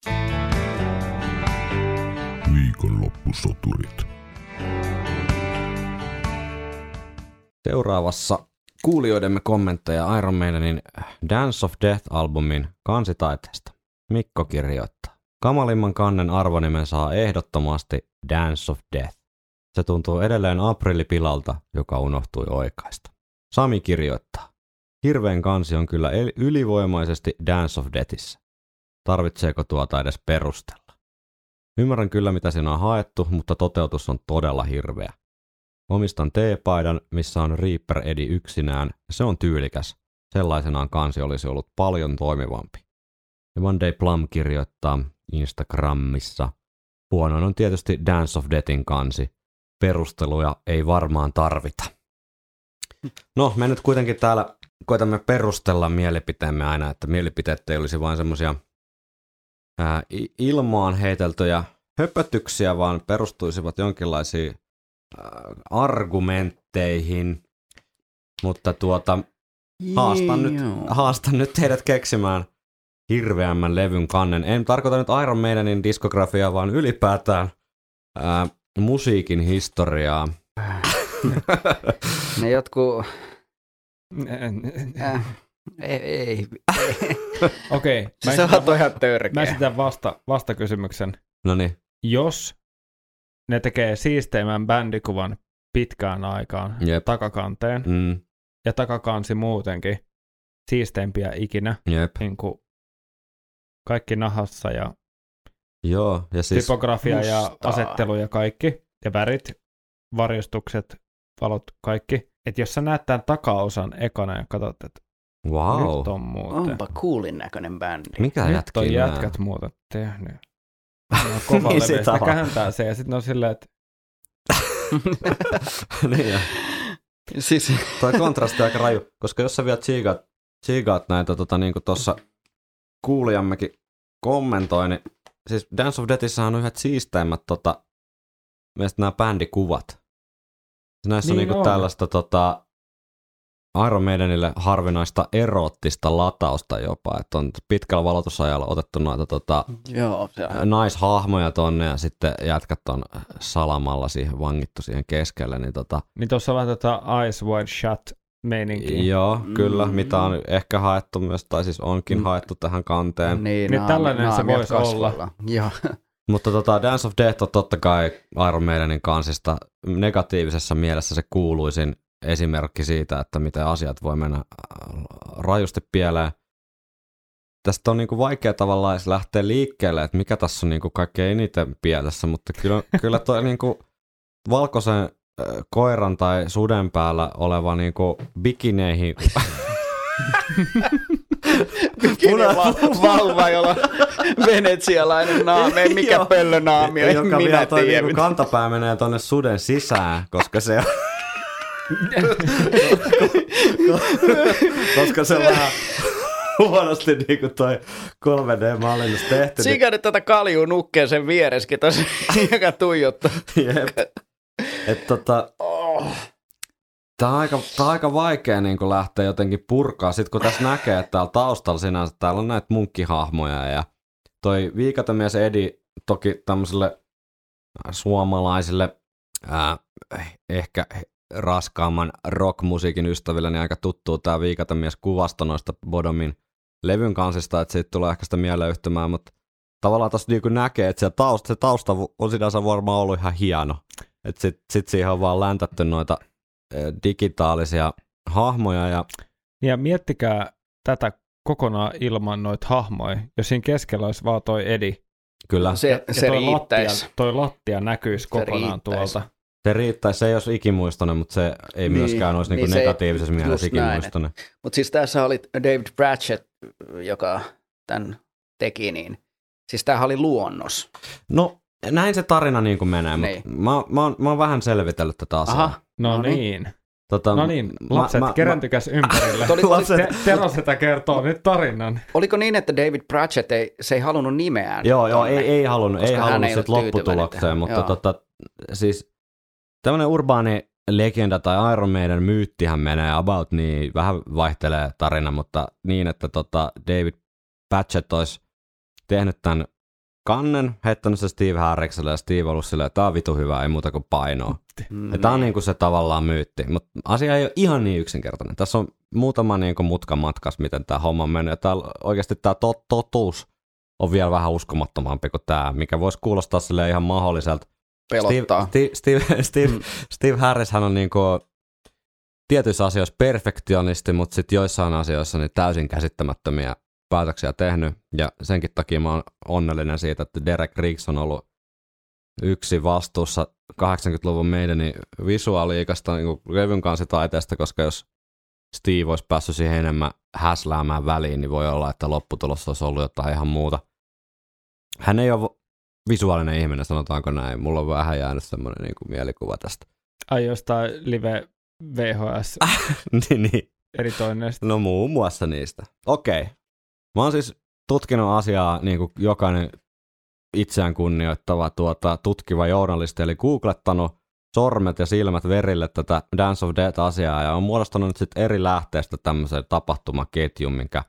A: Viikonloppusoturit.
B: Seuraavassa kuulijoidemme kommentteja Iron Maidenin Dance of Death-albumin kansitaiteesta. Mikko kirjoittaa. Kamalimman kannen arvonimen saa ehdottomasti Dance of Death. Se tuntuu edelleen aprillipilalta, joka unohtui oikaista. Sami kirjoittaa. Hirveän kansi on kyllä ylivoimaisesti Dance of Deathissä. Tarvitseeko tuota edes perustella? Ymmärrän kyllä mitä siinä on haettu, mutta toteutus on todella hirveä. Omistan T-paidan, missä on Reaper Edi yksinään, ja se on tyylikäs. Sellaisenaan kansi olisi ollut paljon toimivampi. Ja Monday Plum kirjoittaa Instagramissa. Huonoin on tietysti Dance of Deathin kansi. Perusteluja ei varmaan tarvita. No, me nyt kuitenkin täällä koitamme perustella mielipiteemme aina, että mielipiteet ei olisi vain semmoisia ilmaan heiteltyjä höpötyksiä, vaan perustuisivat jonkinlaisiin argumentteihin, mutta tuota, haastan nyt, haastan nyt teidät keksimään hirveämmän levyn kannen. En tarkoita nyt Iron Maidenin diskografiaa, vaan ylipäätään ää, musiikin historiaa.
D: Ne jotkut... Äh, ei, ei. ei.
C: Okei. Okay,
D: se on ihan törkeä.
C: Mä esitän vasta, vastakysymyksen.
B: Noniin.
C: Jos ne tekee siisteimmän bändikuvan pitkään aikaan
B: Jep.
C: takakanteen,
B: Mm.
C: ja takakansi muutenkin siisteimpiä ikinä,
B: Jep.
C: niin kuin kaikki nahassa ja,
B: Joo, ja siis...
C: typografia
D: mustaa.
C: ja asettelu ja kaikki, ja värit, varjostukset, valot, kaikki. Että jos sä näet tämän takaosan ekana ja katsot, että
B: Wow.
C: nyt on muuten.
D: Onpa coolin näköinen bändi.
B: Mikä
C: Nyt
B: jätkiä
C: on
B: nää?
C: jätkät muuta tehnyt. Ne on kova
B: Niin
C: levy,
B: sitä
C: sitä
B: vaan.
C: kääntää se ja sitten ne on silleen, että
B: niin ja.
D: Siis,
B: Toi kontrasti on aika raju, koska jos sä vielä tsiigaat, tsiigaat näitä, tota, niin kuin tuossa kuulijammekin kommentoi, niin siis Dance of Deathissähän on yhdet siisteimmät tota, mielestäni nämä bändikuvat. Näissä
C: Niin
B: on, niinku
C: on.
B: tällaista tota, Iron Maidenille harvinaista eroottista latausta jopa, että on pitkällä valotusajalla otettu noita tota,
D: joo, se on.
B: naishahmoja tonne ja sitten jätkät on salamalla siihen vangittu siihen keskelle, niin tota,
C: niin tuossa on vähän tota Eyes Wide Shut meininkiä.
B: joo,
D: Mm.
B: kyllä, mitä on ehkä haettu myös, tai siis onkin
D: Mm.
B: haettu tähän kanteen.
D: Niin,
C: Niin
D: naami-
C: tällainen se
D: naamiot
C: voisi
D: kasvoilla. Joo.
B: Mutta tota, Dance of Death on totta kai Iron Maidenin kansista negatiivisessa mielessä se kuuluisin esimerkki siitä, että miten asiat voi mennä äh, rajusti pieleen. Tästä on niinku vaikea tavallaan edes lähteä liikkeelle, että mikä tässä on niinku kaikkein eniten pielessä, mutta kyllä, kyllä toi niinku valkoisen äh, koiran tai suden päällä oleva niinku bikineihin
D: Puna valva, jolla venetsialainen naami, mikä
B: Joo.
D: pöllönaami, en
B: joka
D: minä
B: vielä toi
D: tiedä.
B: niinku kantapää menee tonne suden sisään, koska se on koska se on vähän huonosti niinku toi kolme D-mallinnus tehty. niin-
D: Sikä nyt tätä kaljuu nukkeen sen viereskin tosi, joka tuijottaa.
B: Jep. Et tota,
D: Oh.
B: tää on aika, tää on aika vaikea niinku lähteä jotenkin purkaa. Sitten kun tässä näkee, että täällä taustalla sinänsä täällä on näitä munkkihahmoja ja toi viikatemies Edi toki tämmöiselle suomalaisille ää, ehkä raskaamman rockmusiikin ystäville niin aika tuttuu tää viikatemies kuvasto noista Bodomin levyn kansista, että siitä tulee ehkä sitä mieleyhtymää, mutta tavallaan tossa niinku näkee, että se tausta, se tausta on sinänsä varmaan ollut ihan hieno. että sitten sit siihen on vaan läntätty noita digitaalisia hahmoja. Ja,
C: ja miettikää tätä kokonaan ilman noita hahmoja, jos siinä keskellä olisi vaan toi Eddie.
B: Kyllä.
D: Se,
C: ja
D: se
C: toi
D: riittäisi.
C: lattia, toi lattia näkyisi
D: Se
C: kokonaan
D: riittäisi.
B: Se
C: tuolta.
B: riittäisi, se ei olisi ikimuistoinen, mutta se ei
D: Niin,
B: myöskään olisi
D: niin
B: niin
D: se-
B: negatiivisessa mielessä
D: just näin,
B: ikimuistoinen.
D: Mutta siis tässä oli David Pratchett, joka tämän teki, niin siis tämähän oli luonnos.
B: No, näin se tarina niin kuin menee,
D: Niin.
B: mutta mä, mä, oon, mä oon vähän selvitellyt tätä asiaa.
D: Aha.
C: No,
D: No niin.
C: niin.
B: Tota,
C: No niin, lapset,
B: mä, mä,
C: keräntykääs ympärille.
D: Oli- oli-
C: Te, Terosetä kertoo nyt tarinan.
D: Oliko niin, että David Pratchett ei, se ei halunnut nimeään?
B: Joo, joo,
D: tonne?
B: ei, ei halunnut, ei
D: Koska hän
B: halunnut
D: ei
B: sit
D: ollut tyytyväinen
B: lopputulokseen,
D: tähän.
B: mutta
D: Joo.
B: tota, siis tämmöinen urbaani legenda tai Iron Maiden myyttihän menee about niin, vähän vaihtelee tarina, mutta niin, että tota David Pratchett olisi tehnyt tämän kannen, heittänyt se Steve Harrikselle ja Steve ollut silleen, että tää on vitu hyvä, ei muuta kuin painoa.
D: Mm,
B: Ja tää on
D: niin.
B: niinku se tavallaan myytti, mutta asia ei ole ihan niin yksinkertainen. Tässä on muutama niinku mutkan matkas, miten tämä homma on mennyt. Ja tää, oikeasti tämä tot, totuus on vielä vähän uskomattomampi kuin tämä, mikä voisi kuulostaa silleen ihan mahdolliselta.
D: Pelottaa.
B: Steve, Steve, Steve, Steve,
D: Mm.
B: Steve Harris hän on niinku tietyissä asioissa perfektionisti, mutta sitten joissain asioissa niin täysin käsittämättömiä päätöksiä tehnyt. Ja senkin takia mä oon onnellinen siitä, että Derek Riggs on ollut yksi vastuussa kahdeksankymmentäluvun Maidenin visuaaliikasta niin levyn kansitaiteesta, koska jos Steve olisi päässyt siihen enemmän häsläämään väliin, niin voi olla, että lopputulossa olisi ollut jotain ihan muuta. Hän ei ole visuaalinen ihminen, sanotaanko näin. Mulla on vähän jäänyt semmoinen niin kuin mielikuva tästä.
C: Ai jostain live V H S
B: niin, niin.
C: editoinneista.
B: No muun muassa niistä. Okei. Mä oon siis tutkinut asiaa niin kuin jokainen itseään kunnioittava tuota, tutkiva journalisti, eli googlettanut sormet ja silmät verille tätä Dance of Death-asiaa, ja on muodostanut nyt sitten eri lähteestä tämmöisen tapahtumaketjun, minkä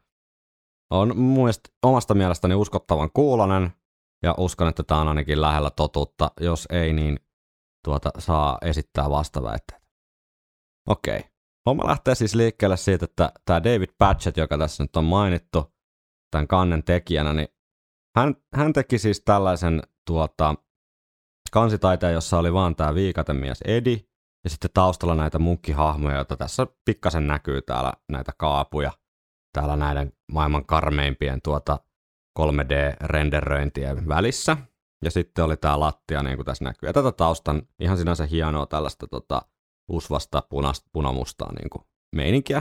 B: on mun mielestä omasta mielestäni uskottavan kuulonen, ja uskon, että tämä on ainakin lähellä totuutta. Jos ei, niin tuota, saa esittää vastaväitteitä. Okei. Homma lähtee siis liikkeelle siitä, että tämä David Pratchett, joka tässä nyt on mainittu tämän kannen tekijänä, niin hän, hän teki siis tällaisen tuota, kansitaiteen, jossa oli vaan tämä viikatemies Eddie, ja sitten taustalla näitä munkkihahmoja, joita tässä pikkasen näkyy täällä näitä kaapuja, täällä näiden maailman karmeimpien tuota kolme D-renderöintien välissä. Ja sitten oli tämä lattia, niin kuin tässä näkyy. Ja tätä taustan ihan sinänsä hienoa tällaista tota, usvasta punasta, punamustaa niin kuin meininkiä.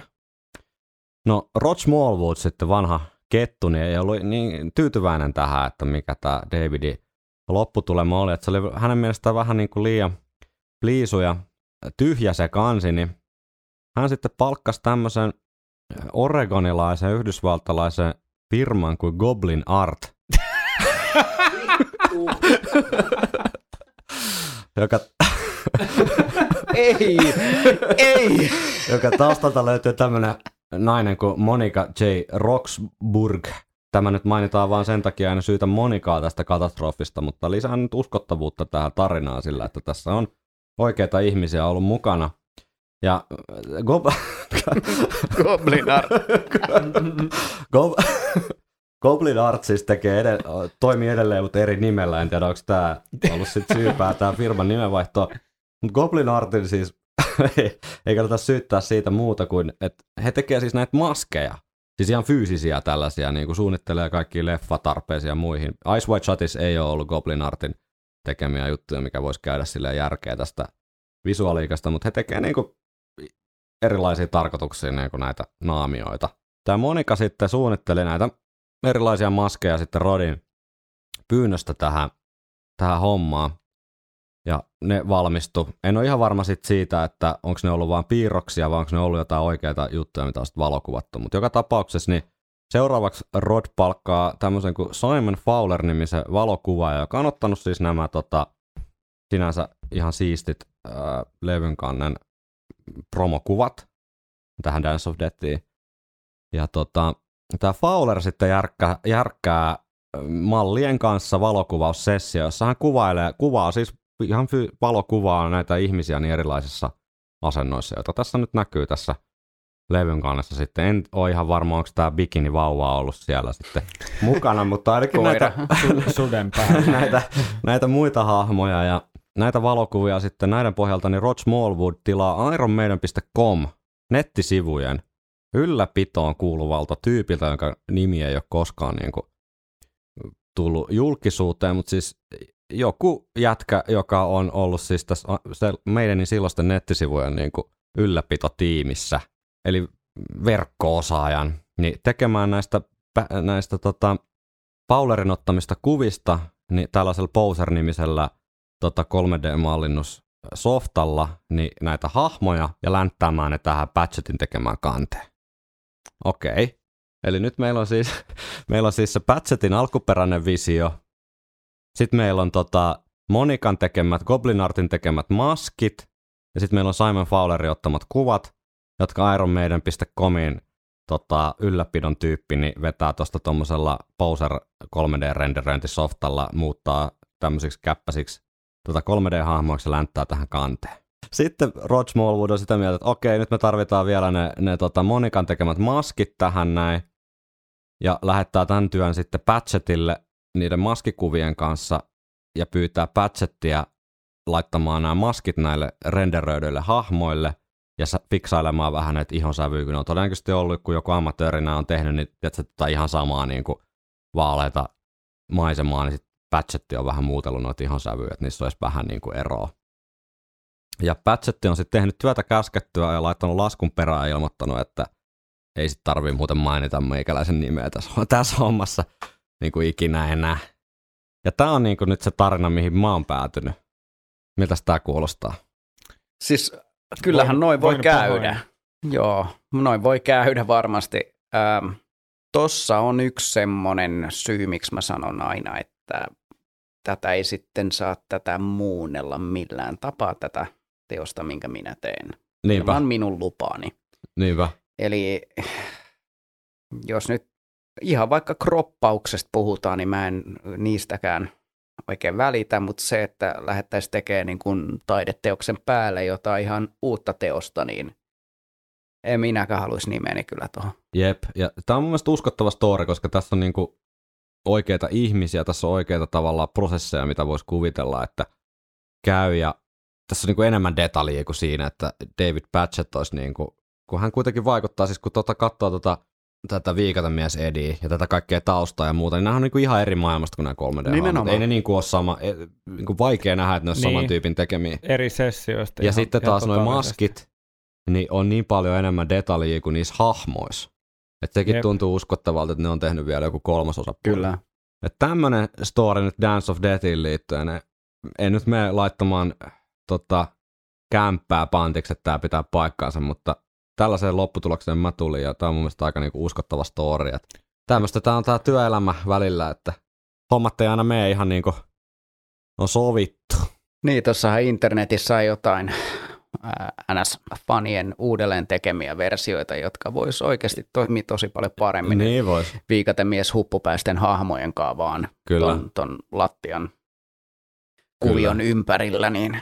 B: No Rod Smallwood sitten vanha kettu, niin ei ollut niin tyytyväinen tähän, että mikä tämä Davidin lopputulema oli. Että se oli hänen mielestään vähän niin kuin liian pliisu ja tyhjä se kansi, niin hän sitten palkkasi tämmöisen oregonilaisen yhdysvaltalaisen firman kuin Goblin Art, joka,
D: Ei, ei.
B: joka taustalta löytyy tämmöinen nainen kuin Monica J. Roxburgh. Tämä nyt mainitaan vaan sen takia, en syytä Monikaa tästä katastrofista, mutta lisää nyt uskottavuutta tähän tarinaan sillä, että tässä on oikeita ihmisiä ollut mukana. Ja Gob-
D: Goblin Art.
B: Gob- Goblin Art siis tekee edell- toimii edelleen, mutta eri nimellä. En tiedä, onko tämä ollut sitten syypää, tämä firman nimenvaihto. Mutta Goblin Artin siis ei, ei kannata syyttää siitä muuta kuin, että he tekee siis näitä maskeja. Siis ihan fyysisiä tällaisia, niin kuin suunnittelee kaikkia leffatarpeisiin ja muihin. Ice White Shutissa ei ole ollut Goblin Artin tekemiä juttuja, mikä voisi käydä silleen järkeä tästä visuaaliikasta, mutta he tekee niin kuin erilaisia tarkoituksia niin kuin näitä naamioita. Tämä Monika sitten suunnitteli näitä erilaisia maskeja sitten Rodin pyynnöstä tähän, tähän hommaan. Ja ne valmistu. En ole ihan varma sit siitä, että onko ne ollut vain piirroksia vai onko ne ollut jotain oikeita juttuja, mitä on sitten valokuvattu. Mutta joka tapauksessa niin seuraavaksi Rod palkkaa tämmöisen kuin Simon Fowler-nimisen valokuvaaja, joka on ottanut siis nämä tota, sinänsä ihan siistit ää, levyn kannen promokuvat tähän Dance of Deathiin. Ja tota, tämä Fowler sitten järkkää, järkkää mallien kanssa valokuvaussessio, jossa hän kuvailee, kuvaa siis ihan fy- valokuvaa näitä ihmisiä niin erilaisissa asennoissa, joita tässä nyt näkyy tässä levyn kannessa sitten. En ole ihan varma, onko tämä bikini-vauva ollut siellä sitten mukana, mutta ainakin näitä,
C: Suden päällä.
B: näitä, näitä muita hahmoja. Ja näitä valokuvia sitten näiden pohjalta, niin Rod Smallwood tilaa ironmaiden piste com nettisivujen ylläpitoon kuuluvalta tyypiltä, jonka nimi ei ole koskaan niin kuin tullut julkisuuteen, mutta siis joku jätkä, joka on ollut siis tässä meidän silloisten nettisivujen niin kuin ylläpitotiimissä, eli verkko-osaajan, niin tekemään näistä, näistä tota, Fowlerin ottamista kuvista niin tällaisella Poser-nimisellä tota kolme D-mallinnussoftalla niin näitä hahmoja ja länttäämään ne tähän Patchettin tekemään kanteen. Okei. Eli nyt meillä on siis, meillä on siis se Patchettin alkuperäinen visio. Sitten meillä on tota Monikan tekemät, Goblin Artin tekemät maskit. Ja sitten meillä on Simon Fowlerin ottamat kuvat, jotka ironmaiden piste comin tota, ylläpidon tyyppi niin vetää tuosta tuommoisella Poser kolme D-renderöintisoftalla, muuttaa tämmöisiksi käppäsiksi tota kolme D-hahmoiksi ja länttää tähän kanteen. Sitten Rod Smallwood on sitä mieltä, että okei, nyt me tarvitaan vielä ne, ne tota Monikan tekemät maskit tähän näin, ja lähettää tämän työn sitten Patchettille niiden maskikuvien kanssa, ja pyytää Patchettia laittamaan nämä maskit näille renderöidyille hahmoille, ja fiksailemaan vähän näitä ihonsävyjä, kun ne on todennäköisesti ollut, kun joku amatöörinä on tehnyt, niin tiedätkö, tota ihan samaa niin kuin vaaleita maisemaa, niin sitten Patchetti on vähän muutellut noita ihonsävyjä, että niissä olisi vähän niin kuin eroa. Ja Patchetti on sitten tehnyt työtä käskettyä ja laittanut laskun perään ja ilmoittanut, että ei sitten tarvii muuten mainita meikäläisen nimeä tässä, tässä hommassa niin kuin ikinä enää. Ja tää on niin kuin nyt se tarina, mihin mä oon päätynyt. Miltäs tää kuulostaa?
D: Siis kyllähän noin voi
C: voin
D: käydä.
C: pahoin.
D: Joo, noin voi käydä varmasti. Ähm, tossa on yksi semmoinen syy, miksi mä sanon aina, että tätä ei sitten saa tätä muunnella millään tapaa tätä teosta, minkä minä teen.
B: Niinpä.
D: Ilman minun lupaani.
B: Niinpä.
D: Eli jos nyt ihan vaikka kroppauksesta puhutaan, niin mä en niistäkään oikein välitä, mutta se, että lähdettäisiin tekemään niin kuin taideteoksen päälle jotain ihan uutta teosta, niin en minäkään haluaisi nimeäni kyllä tuohon.
B: Jep, ja tää on mun mielestä uskottava story, koska tässä on niinku oikeita ihmisiä, tässä on oikeita tavallaan prosesseja, mitä voisi kuvitella, että käy, ja tässä on niinku enemmän detaljia kuin siinä, että David Patchett olisi niinku, kun hän kuitenkin vaikuttaa, siis kun tota katsoo tota, tätä Viikatemies Eddie ja tätä kaikkea taustaa ja muuta, niin nämä on niinku ihan eri maailmasta kuin nämä kolme D-hahmot. Ei ne niinku ole sama, niinku vaikea nähdä, että ne on niin, saman tyypin tekemiä.
C: Eri sessioista.
B: Ja
C: ihan,
B: sitten taas nuo maskit, niin on niin paljon enemmän detaljia kuin niissä hahmoissa. Että sekin Jep. tuntuu uskottavalta, että ne on tehnyt vielä joku kolmasosa.
D: Kyllä.
B: Että tämmönen story nyt Dance of Deathiin liittyen, ne, ei nyt mene laittamaan tota, kämppää pantiksi, että tää pitää paikkaansa, mutta tällaiseen lopputulokseen mä tulin, ja tää on mun mielestä aika niinku uskottava story. Että tämmöistä tää on tää työelämä välillä, että hommat ei aina mene ihan niinku on sovittu.
D: Niin, tuossahan internetissä on jotain N S-fanien uudelleen tekemiä versioita, jotka vois oikeasti toimia tosi paljon paremmin.
B: Niin vois.
D: Viikatemies huppupäisten hahmojen kanssa vaan ton, ton lattian kuvion Kyllä. ympärillä, niin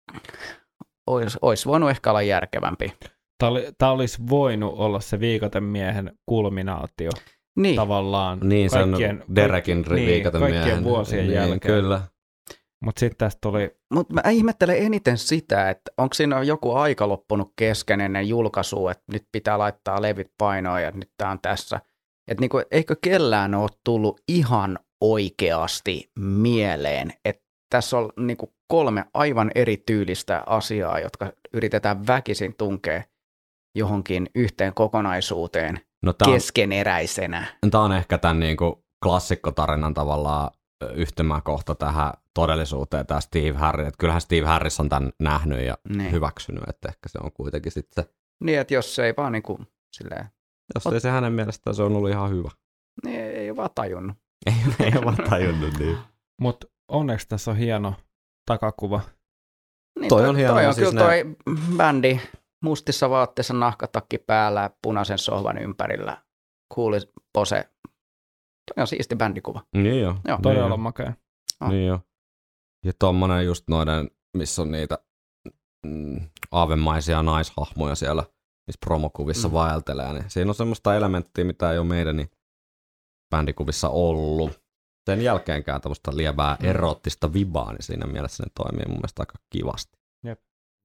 D: olisi ois voinut ehkä olla järkevämpi.
C: Tämä, oli, tämä olisi voinut olla se Viikatemiehen kulminaatio
D: niin.
C: tavallaan.
B: Niin,
C: kaikkien,
B: se on Derekin
C: niin,
B: Viikatemiehen.
C: Kaikkien vuosien
B: niin,
C: jälkeen.
B: Kyllä.
C: Mutta sitten tästä tuli...
D: Mutta mä ihmettelen eniten sitä, että onko siinä joku aika loppunut kesken ennen julkaisua, että nyt pitää laittaa levit painoon ja nyt tää on tässä. Että niinku, eikö kellään ole tullut ihan oikeasti mieleen, että tässä on niinku kolme aivan erityylistä asiaa, jotka yritetään väkisin tunkea johonkin yhteen kokonaisuuteen no, tää on, keskeneräisenä.
B: Tämä on ehkä tämän niinku klassikotarinan tavallaan yhtymäkohta tähän todellisuuteen, tämä Steve Harris. Että kyllähän Steve Harris on tämän nähnyt ja niin. hyväksynyt, että ehkä se on kuitenkin sitten se.
D: Niin, että jos se ei vaan niinku silleen...
B: Jos ot... ei se hänen mielestään, se on ollut ihan hyvä.
D: Niin, ei ole vaan tajunnut.
B: ei, ei ole vaan tajunnut, niin.
C: Mutta onneksi tässä on hieno takakuva.
D: Niin,
B: toi,
D: toi
B: on hieno.
D: Toi on
B: siis
D: kyllä toi ne... bändi mustissa vaatteissa, nahkatakki päällä, punaisen sohvan ympärillä, kuuli pose. Toi on siisti bändikuva.
B: Niin jo.
C: Joo. Todella niin makea.
B: Oh. Niin jo. Ja tommonen just noiden, missä on niitä mm, aavemaisia naishahmoja siellä, missä promokuvissa mm. vaeltelee, niin siinä on semmoista elementtiä, mitä ei ole meidän niin bändikuvissa ollut. sen jälkeenkään tämmöistä lievää erottista vibaa, niin siinä mielessä ne toimii mun mielestä aika kivasti.
C: Jep.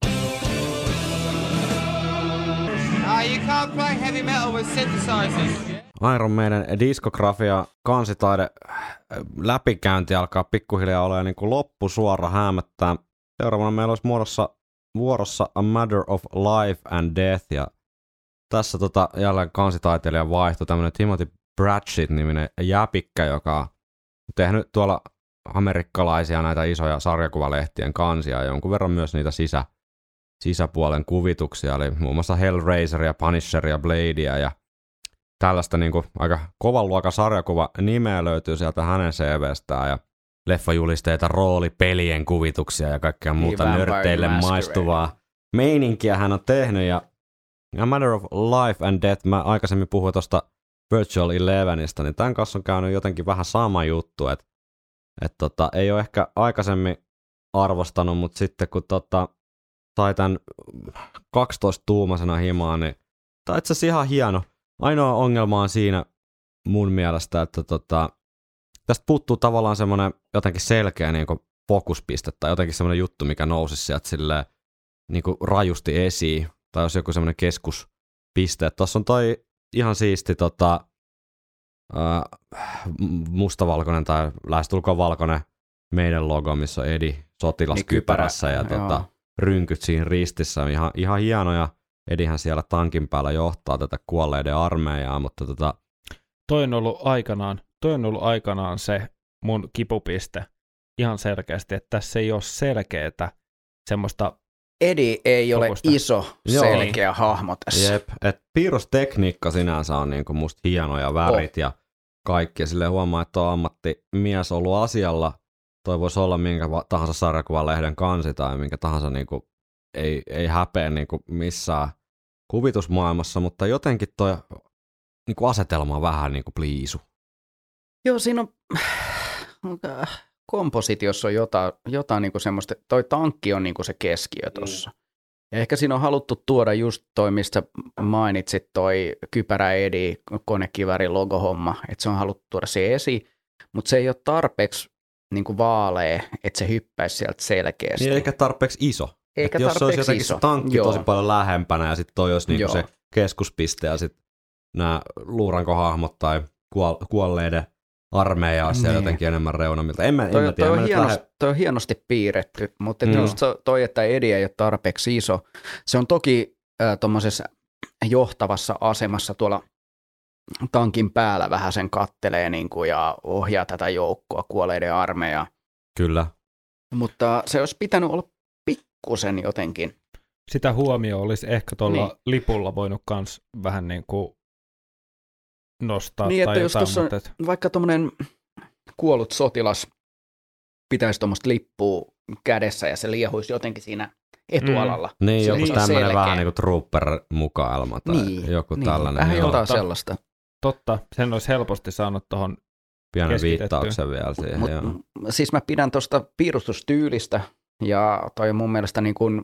E: Ah, you can't play heavy metal with synthesizers.
B: Iron Maiden diskografia, kansitaide, läpikäynti alkaa pikkuhiljaa olla niin kuin loppusuora häämättää. Seuraavana meillä olisi muodossa, vuorossa A Matter of Life and Death, ja tässä tota, jälleen kansitaiteilija vaihtui tämmöinen Timothy Pratchett-niminen jäpikkä, joka on tehnyt tuolla amerikkalaisia näitä isoja sarjakuvalehtien kansia ja jonkun verran myös niitä sisä, sisäpuolen kuvituksia, eli muun muassa Hellraiseria, Punisheria, Bladea ja tällaista niin kuin aika kovan luokan sarjakuva nimeä löytyy sieltä hänen C V:stään ja leffajulisteita, roolipelien kuvituksia ja kaikkea muuta
D: Vampire
B: nörtteille
D: Masquerade.
B: maistuvaa meininkiä hän on tehnyt. Ja A Matter of Life and Death, mä aikaisemmin puhuin tuosta Virtual Elevenistä, niin tämän kanssa on käynyt jotenkin vähän sama juttu, että et tota, ei ole ehkä aikaisemmin arvostanut, mutta sitten kun tota, sai tämän kaksitoista-tuumaisena himaan, niin tämä on itse asiassa ihan hieno. Ainoa ongelma on siinä mun mielestä, että tota, tästä puuttuu tavallaan semmoinen jotenkin selkeä niin kuin fokuspiste tai jotenkin semmoinen juttu, mikä nousisi sieltä silleen, niin kuin rajusti esiin. Tai jos joku semmoinen keskuspiste. Tuossa on toi ihan siisti tota, ää, mustavalkoinen tai lähestulkoon valkoinen meidän logo, missä on Eddie sotilaskypärässä
D: Niin,
B: ja
D: kypärä,
B: tota,
D: joo.
B: rynkyt siinä ristissä. Ihan, ihan hienoja. Edihän siellä tankin päällä johtaa tätä kuolleiden armeijaa, mutta tota...
C: Toi on ollut aikanaan, toi on ollut aikanaan se mun kipupiste ihan selkeästi, että tässä ei ole selkeätä semmoista.
D: Eddie ei ole
C: Fokusta.
D: iso,
B: Joo.
D: selkeä hahmo tässä.
B: Jep, että piirrostekniikka sinänsä on niinku musta hienoja värit oh. ja kaikki. Ja silleen huomaa, että on ammattimies ollut asialla. Toi voisi olla minkä tahansa sarjakuvalehden kansi tai minkä tahansa niinku, ei, ei häpeä niinku missään kuvitusmaailmassa, mutta jotenkin toi niinku asetelma on vähän niinku pliisu.
D: Joo, siinä on kompositiossa on jotain, jotain niinku semmoista, toi tankki on niinku se keskiö tuossa. Mm. Ja ehkä siinä on haluttu tuoda just toi, mistä mainitsit, toi kypärä Eddie, konekiväri logohomma, että se on haluttu tuoda se esiin, mutta se ei ole tarpeeksi niinku vaalea, että se hyppäisi sieltä selkeästi.
B: Niin, eikä tarpeeksi iso.
D: Eikä
B: jos se olisi jotenkin
D: iso.
B: se tankki
D: Joo.
B: tosi paljon lähempänä ja sitten toi olisi niinku
D: Joo.
B: se keskuspiste ja sitten nämä luurankohahmot tai kuol- kuolleiden armeija olisi siellä
D: Niin.
B: jotenkin enemmän reunamilta. En mä, en
D: Toi,
B: mä
D: toi,
B: tiedä.
D: on
B: Mä nyt
D: hienosti,
B: lähden...
D: toi on hienosti piirretty, mutta
B: Mm.
D: just toi, että Eddie ei ole tarpeeksi iso. Se on toki äh, tuommoisessa johtavassa asemassa tuolla tankin päällä vähän sen kattelee niin kuin, ja ohjaa tätä joukkoa kuolleiden armeijaa.
B: Kyllä.
D: Mutta se olisi pitänyt olla pikkusen jotenkin.
C: Sitä huomioon olisi ehkä tuolla
D: Niin.
C: lipulla voinut kans vähän niin kuin nostaa
D: Niin,
C: tai
D: että jos
C: jotain,
D: tuossa
C: mutta et,
D: vaikka tuommoinen kuollut sotilas pitäisi tuommoista lippua kädessä ja se liehuisi jotenkin siinä etualalla.
B: Niin,
D: Se
B: joku
D: olisi
B: tämmöinen
D: selkeä.
B: vähän niin kuin trooper-mukaelma tai
D: Niin,
B: joku
D: niin,
B: tällainen.
D: vähän
B: joo.
D: jotain
C: Totta.
D: sellaista.
C: totta, sen olisi helposti saanut tuohon.
B: Pienen
C: keskitetty.
B: viittauksen vielä siihen.
D: Mut,
B: joo.
D: siis mä pidän tuosta piirustustyylistä ja toi on mun mielestä niin kuin,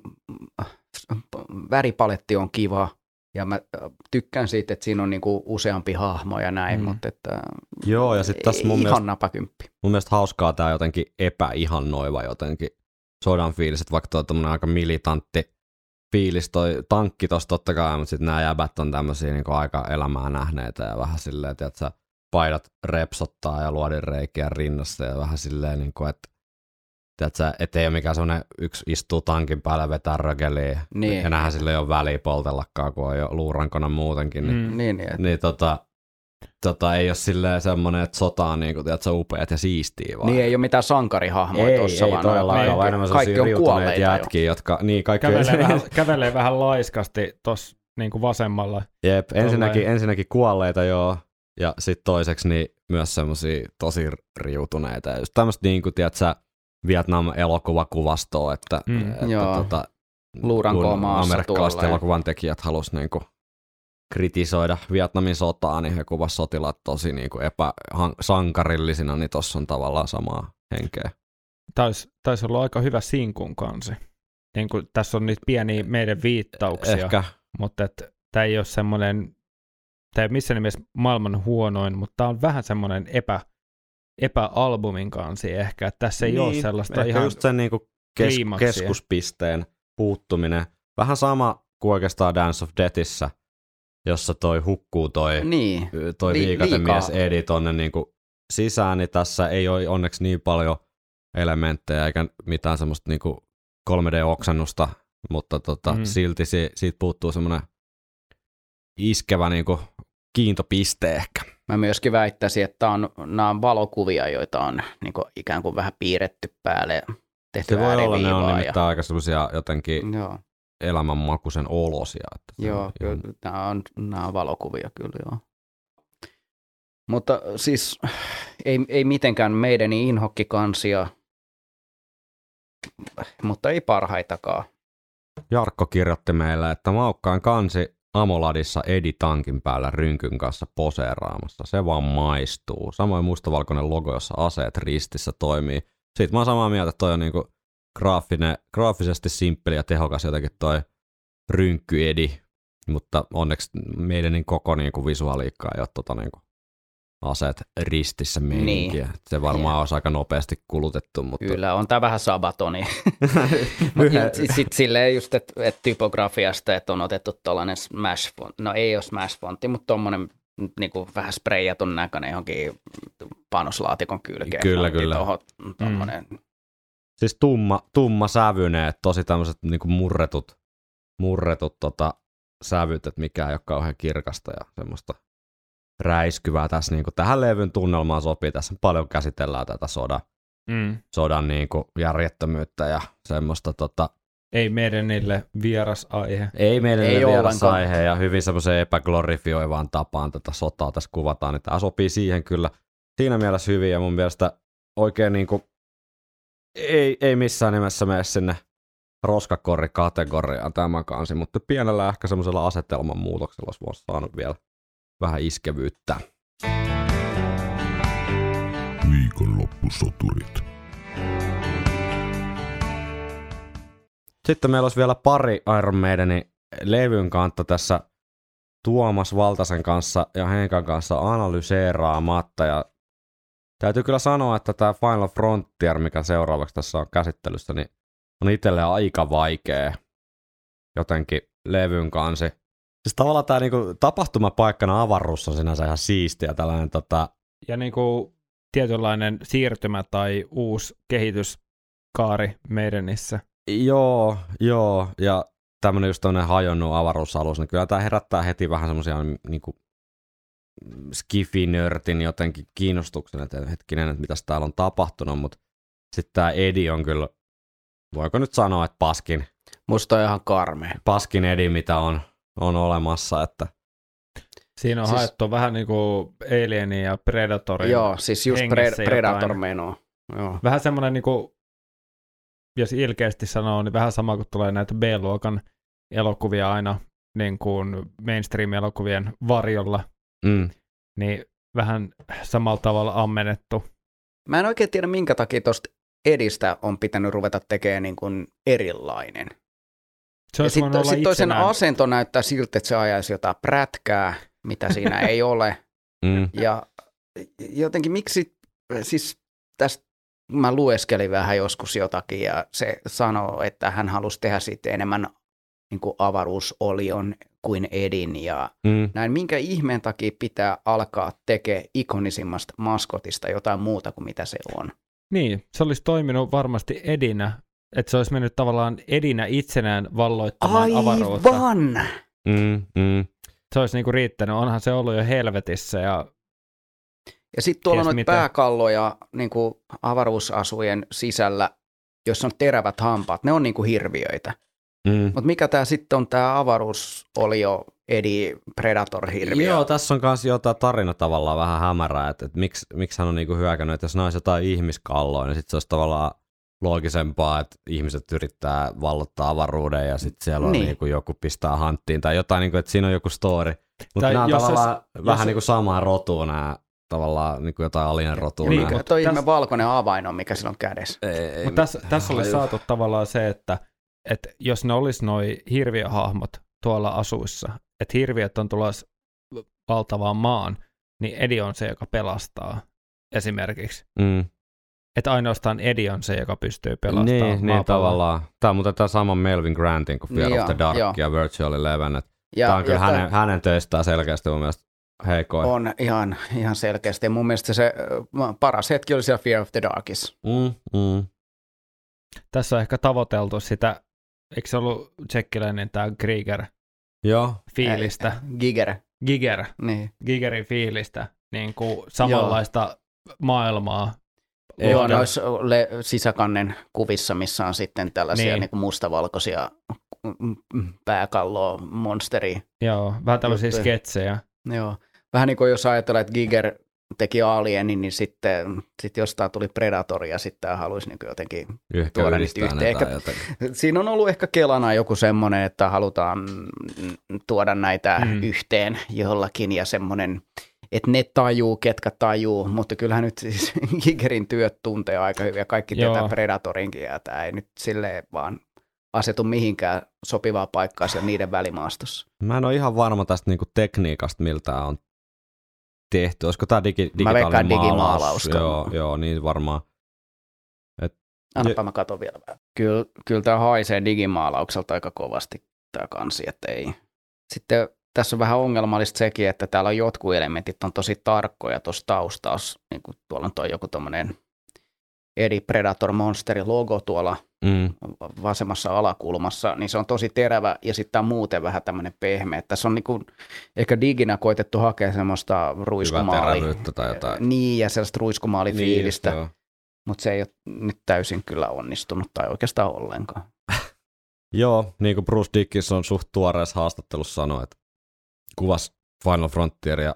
D: väripaletti on kiva ja mä tykkään siitä, että siinä on niin kuin useampi hahmo ja näin,
C: Mm.
D: mutta että
B: Joo, ja sitten tässä mun
D: ihan
B: mielestä,
D: napakymppi.
B: mun mielestä hauskaa tää jotenkin epäihannoiva jotenkin sodan fiilis, että vaikka toi on tommonen aika militantti fiilis toi tankki tossa totta kai, mutta sitten nämä jäbät on tämmöisiä niinku aika elämää nähneitä ja vähän silleen, että sä paidat repsottaa ja luodinreikiä rinnassa ja vähän silleen, niinku, että tiedätkö, et ei ole mikään semmoinen yksi istuu tankin päällä vetää rögeliä
D: Niin.
B: ja nähdään sille ei ole väliä poltellakaan, kun on jo luurankona muutenkin. Niin,
C: Mm.
D: Niin, niin, et,
B: niin tota, tota, ei ole silleen semmoinen, että sota on niinku, tiedätkö, upeat ja siistiä vaan.
D: niin ei ole mitään sankarihahmoja tuossa,
B: ei
D: vaan
B: todellakaan,
D: kaikki-
B: vaan enemmän
D: kaikki
B: sellaisia
D: on
B: riutuneita
D: kuolleita jo.
B: jätkiä, jotka, niin kaikki
C: Kävelee, vähän, kävelee vähän laiskasti tuossa niin kuin vasemmalla.
B: Jep, ensinnäkin,
C: Tolleen.
B: ensinnäkin kuolleita joo, ja sitten toiseksi niin myös semmosia tosi riutuneita. Ja just tämmöistä niin kuin, tiedätkö, Vietnam-elokuvakuvastoa, että,
C: Mm,
B: että
D: joo.
B: tota,
D: Luurankoa
B: kun
D: maassa
B: amerikkalaiset
D: tuolla ja-
B: elokuvan tekijät halusi niin kuin kritisoida Vietnamin sotaa, niin he kuvasivat sotilaat tosi niin kuin epäsankarillisina, niin tossa on tavallaan samaa henkeä.
C: Taisi tais olla aika hyvä sinkun kansi. Niin kuin, tässä on niitä pieniä meidän viittauksia,
B: Ehkä,
C: mutta tämä ei ole semmoinen, tämä ei ole missään nimessä maailman huonoin, mutta tämä on vähän semmoinen epä, epäalbumin kansi ehkä, että tässä ei niin, ole sellaista
B: ehkä
C: ihan
B: just sen niinku kes- keskuspisteen puuttuminen. Vähän sama kuin oikeastaan Dance of Deathissä, jossa toi hukkuu toi,
D: niin.
B: toi
D: Li-
B: viikatemies Edi tonne niinku sisään, niin tässä ei ole onneksi niin paljon elementtejä eikä mitään semmoista niinku kolme D-oksennusta, mutta tota, mm. silti si- siitä puuttuu semmoinen iskevä niinku kiintopiste ehkä.
D: Mä myöskin väittäisin, että on, nämä on valokuvia, joita on niin kuin ikään kuin vähän piirretty päälle. Tehty
B: se voi olla, ne on
D: ja...
B: nimittäin aika semmoisia jotenkin
D: joo.
B: elämänmakuisen olosia. Että
D: joo,
B: on
D: kyllä, ihan... nämä, on, nämä on valokuvia kyllä, joo. Mutta siis ei, ei mitenkään meidän inhokkikansia, mutta ei parhaitakaan.
B: Jarkko kirjoitti meille, että maukkaan kansi Amoladissa Edi tankin päällä rynkyn kanssa poseeraamassa. Se vaan maistuu. Samoin mustavalkoinen logo, jossa aseet ristissä toimii. Siitä mä oon samaa mieltä, että toi on niinku graafinen, graafisesti simppeli ja tehokas jotenkin toi rynkky Edi. Mutta onneksi meidän niin koko niinku visuaaliikkaa ei ole tota niinku aseet ristissä meininkiä. Niin. Se varmaan ja. olisi aika nopeasti kulutettu. Mutta...
D: Kyllä, on tää vähän Sabatoni. Sitten sit silleen just, että et typografiasta, että on otettu tollainen Smash-fontti. No ei ole Smash-fontti, mutta tommonen niinku vähän spreijatun näköinen johonkin panoslaatikon kylkeen.
B: Kyllä, kyllä.
D: Toho, tommonen. Mm.
B: Siis tumma, tumma sävyne, että tosi tämmöiset niinku murretut, murretut tota, sävyt, että mikä ei ole kauhean kirkasta ja semmoista räiskyvää tässä niinku tähän levyn tunnelmaan sopii. Tässä paljon käsitellään tätä sodan, mm. sodan niinku järjettömyyttä ja semmoista tota...
C: Ei meidän niille vieras aihe.
B: Ei meidän niille vieras aihe ja hyvin semmoiseen epäglorifioivaan tapaan tätä sotaa tässä kuvataan, niin tämä sopii siihen kyllä siinä mielessä hyvin ja mun mielestä oikein niinku ei, ei missään nimessä mene sinne roskakorri-kategoriaan tämä kansi, mutta pienellä ehkä semmoisella asetelman muutoksella olisi voisi saanut vielä vähän iskevyyttä.
A: Viikonloppusoturit.
B: Sitten meillä olisi vielä pari Iron Maidenin levyn kantta tässä Tuomas Valtasen kanssa ja Henkan kanssa analyseeraamatta. Ja täytyy kyllä sanoa, että tämä Final Frontier, mikä seuraavaksi tässä on käsittelyssä, niin on itselle aika vaikea jotenkin levyn kansi. Siis tavallaan tämä niinku tapahtumapaikkana avaruus on sinänsä ihan siistiä. Tällainen, tota...
C: Ja niinku tietynlainen siirtymä tai uusi kehityskaari Maidenissä. Joo,
B: joo. Ja tämmöinen just tämmöinen hajonnut avaruusalus, niin kyllä tämä herättää heti vähän semmoisia niinku skifi-nörtin jotenkin kiinnostuksen, että hetkinen, että mitäs täällä on tapahtunut, mutta sitten tämä Edi on kyllä, voiko nyt sanoa, että paskin.
D: Musta on ihan karmea.
B: Paskin Edi, mitä on, on olemassa, että
C: siinä on siis, haettu vähän niin kuin Alienin ja Predatorin.
D: Joo, siis just pre- Predator-menoa. Joo.
C: Vähän semmoinen, niin kuin, jos ilkeästi sanoo, niin vähän sama kuin tulee näitä B-luokan elokuvia aina niin kuin mainstream-elokuvien varjolla. Mm. Niin vähän samalla tavalla ammennettu.
D: Mä en oikein tiedä, minkä takia tuosta Edistä on pitänyt ruveta tekemään niin kuin erilainen. Ja sitten sit toisen asento näyttää siltä, että se ajaisi jotain prätkää, mitä siinä ei ole. Mm. Ja jotenkin miksi, siis tästä mä lueskelin vähän joskus jotakin ja se sanoo, että hän halusi tehdä sitten enemmän niin kuin avaruusolion kuin Edin ja mm. näin. Minkä ihmeen takia pitää alkaa tekemään ikonisimmasta maskotista jotain muuta kuin mitä se on?
C: Niin, se olisi toiminut varmasti Edinä. Että se olisi mennyt tavallaan Edinä itsenään valloittamaan
D: Aivan.
C: avaruutta.
D: Aivan!
B: Mm, mm.
C: Se olisi niinku riittänyt. Onhan se ollut jo helvetissä. Ja,
D: ja sitten tuolla on noita pääkalloja niinku avaruusasujen sisällä, jossa on terävät hampaat. Ne on niinku hirviöitä. Mm. Mutta mikä tämä sitten on tämä avaruusolio Edi Predator-hirviö?
B: Joo, tässä on myös jotain tarina tavallaan vähän hämärää, että, että miksi, miksi hän on niinku hyökännyt, että jos ne olisi jotain ihmiskalloja, niin sitten se olisi tavallaan loogisempaa, että ihmiset yrittää vallottaa avaruuden ja sitten siellä on niin. Niinku joku pistää hanttiin tai jotain, niinku, että siinä on joku story. Mutta nämä on tavallaan se, vähän se... niinku samaa rotua nämä, tavallaan niinku jotain alien rotua.
D: Niin, tuo täs... ihme valkoinen avain on, mikä sillä on kädessä.
C: Mutta tässä, tässä oli saatu tavallaan se, että, että jos ne olisi noi hirviöhahmot tuolla asuissa, että hirviöt on tulossa valtavaan maan, niin Edi on se, joka pelastaa. esimerkiksi.
B: Mm.
C: Että ainoastaan Eddie on se, joka pystyy pelastamaan
B: Niin,
C: maapalloa.
B: niin tavallaan. Tämä on muuten tämä sama Melvin Grantin kuin Fear
D: Niin
B: of the
D: joo,
B: Dark
D: joo.
B: ja Virtual Eleven.
D: Ja,
B: Tämä on kyllä
D: ja
B: hänen, hänen töistään selkeästi mun mielestä heikoin.
D: on ihan, ihan selkeästi. Ja mun mielestä se äh, paras hetki oli siellä Fear of the Darkissa.
B: Mm, mm.
C: Tässä on ehkä tavoiteltu sitä, eikö se ollut tsekkiläinen tämä Krieger
B: Joo.
C: fiilistä,
D: Äh, Giger.
C: Giger,
D: Niin.
C: Gigerin fiilistä, niin kuin samanlaista maailmaa.
D: Joo,
C: Luoda.
D: noissa le- sisäkannen kuvissa, missä on sitten tällaisia
C: Niin.
D: niin. Niin mustavalkoisia pääkalloa, monsteria.
C: Joo, vähän tämmöisiä
D: Juttuja.
C: sketsejä.
D: Joo. Vähän niin kuin jos ajatellaan, että Giger teki Alienin, niin sitten sit jostain tuli Predator ja sitten haluaisi niin jotenkin
B: Ehkä
D: tuoda
B: yhdistää
D: niitä
B: ne
D: yhteen.
B: tai
D: Ehkä,
B: jotenkin.
D: siinä on ollut ehkä kelana joku semmoinen, että halutaan tuoda näitä
C: Mm.
D: mm. yhteen jollakin ja semmoinen, että ne tajuu, ketkä tajuu, mutta kyllähän nyt siis Gigerin työt tuntee aika hyvin ja kaikki
C: Joo.
D: tietää Predatorinkin ja tämä ei nyt silleen vaan asetu mihinkään sopivaa paikkaa siellä niiden välimaastossa.
B: Mä en ole ihan varma tästä niinku tekniikasta, miltä tää on tehty. Olisiko tämä digi,
D: Mä
B: digitaalinen
D: veikkaan
B: maalaus?
D: digimaalausta.
B: Joo, joo, niin varmaan.
D: Annapa mä katon vielä vähän. Kyllä, kyllä tämä haisee digimaalaukselta aika kovasti tämä kansi, että ei. Sitten tässä on vähän ongelmallista sekin, että täällä on jotkut elementit on tosi tarkkoja tuossa taustassa. Niin kuin tuolla on toi joku tommonen Eddie Predator Monsteri logo tuolla
B: Mm.
D: vasemmassa alakulmassa, niin se on tosi terävä ja sitten on muuten vähän tämmöinen pehmeä. Tässä on niinku ehkä diginä koitettu hakea semmoista
B: Hyvää
D: ruiskumaali.
B: terävyyttä tai jotain.
D: Niin, ja sellaista ruiskumaalifiilistä.
B: Niin, just, joo.
D: Mutta se ei ole nyt täysin kyllä onnistunut tai oikeastaan ollenkaan.
B: Joo, niin kuin Bruce Dickinson suht tuoreessa haastattelussa sanoi, että kuvasi Final Frontieria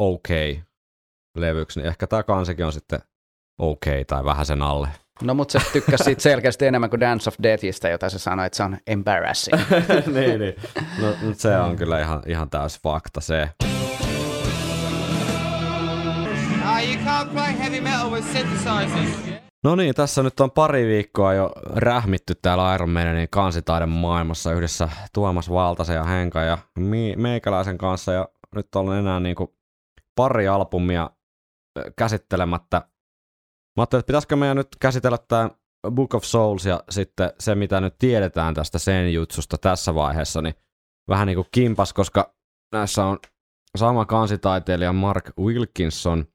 B: OK-levyksi, niin ehkä tämä kansikin on sitten OK tai vähän sen alle.
D: No mutta se tykkäsi siitä selkeästi enemmän kuin Dance of Deathista, jota se sanoi, että se on embarrassing.
B: niin, niin. No, nyt se on kyllä ihan, ihan täysi fakta se.
E: Ah, you can't play heavy metal with synthesizers.
B: No niin, tässä nyt on pari viikkoa jo rähmitty täällä Iron Maidenin kansitaiden maailmassa yhdessä Tuomas Valtasen ja Henka ja mi- meikäläisen kanssa. Ja nyt on enää niin kuin pari albumia käsittelemättä. Mä ajattelin, että pitäisikö meidän nyt käsitellä tämä Book of Souls ja sitten se, mitä nyt tiedetään tästä senjutsusta tässä vaiheessa, niin vähän niin kuin kimpas, koska näissä on sama kansitaiteilija Mark Wilkinson.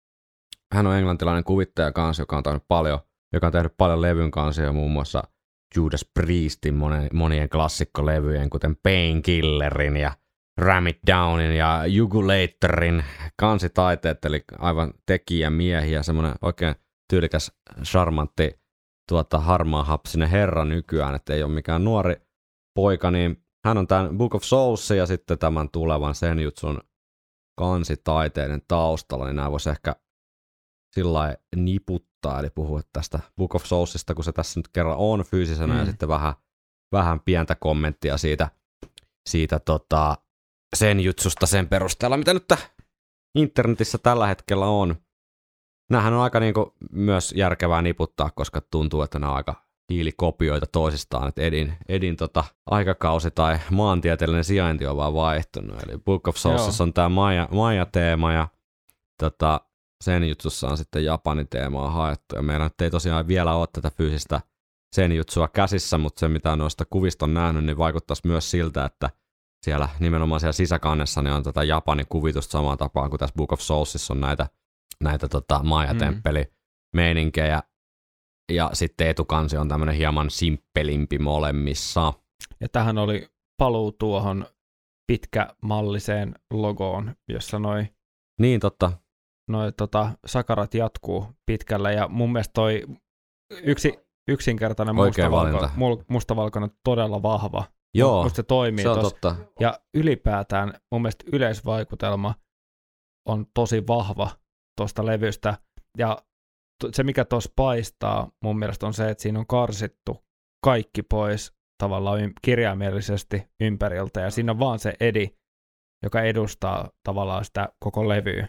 B: Hän on englantilainen kuvittaja kanssa, joka on tehnyt paljon, joka on tehnyt paljon levyn kansia, muun muassa Judas Priestin monen, monien klassikkolevyjen, kuten Painkillerin ja Ram It Downin ja Jugulatorin kansitaiteet, eli aivan tekijämiehiä, semmoinen oikein tyylikäs, charmantti, tuota, harmaahapsinen herra nykyään, että ei ole mikään nuori poika, niin hän on tämän Book of Souls ja sitten tämän tulevan senjutsun kansitaiteiden taustalla, niin nämä voisi ehkä sillä niputtaa, eli puhua tästä Book of Soulsista, kun se tässä nyt kerran on fyysisenä, mm. ja sitten vähän, vähän pientä kommenttia siitä, siitä tota, senjutsusta sen perusteella, mitä nyt internetissä tällä hetkellä on. Nämähän on aika niinku myös järkevää niputtaa, koska tuntuu, että nämä on aika hiilikopioita toisistaan, että Edin, Edin tota, aikakausi tai maantieteellinen sijainti on vaan vaihtunut, eli Book of Soulsissa on tämä Maja, Maja-teema, ja tota, senjutsussa on sitten Japanin teemaa haettu, ja meillä nyt ei tosiaan vielä ole tätä fyysistä senjutsua käsissä, mutta se mitä noista kuvista on nähnyt, niin vaikuttaisi myös siltä, että siellä nimenomaan siellä sisäkannessa niin on tätä Japanin kuvitusta samaan tapaan kuin tässä Book of Soulsissa on näitä, näitä tota Maja-temppeli-meininkejä, ja sitten etukansi on tämmöinen hieman simppelimpi molemmissa.
C: Ja tähän oli paluu tuohon pitkämalliseen logoon, jossa noi
B: Niin totta.
C: Noi tota, sakarat jatkuu pitkällä, ja mun mielestä toi yksi, yksinkertainen mustavalko, mustavalkoinen todella vahva.
B: Joo,
C: musta se toimii
B: se on
C: tos.
B: totta.
C: Ja ylipäätään mun mielestä yleisvaikutelma on tosi vahva tuosta levystä, ja se mikä tuossa paistaa mun mielestä on se, että siinä on karsittu kaikki pois tavallaan ym- kirjaimellisesti ympäriltä, ja siinä on vaan se Eddie, joka edustaa tavallaan sitä koko levyä.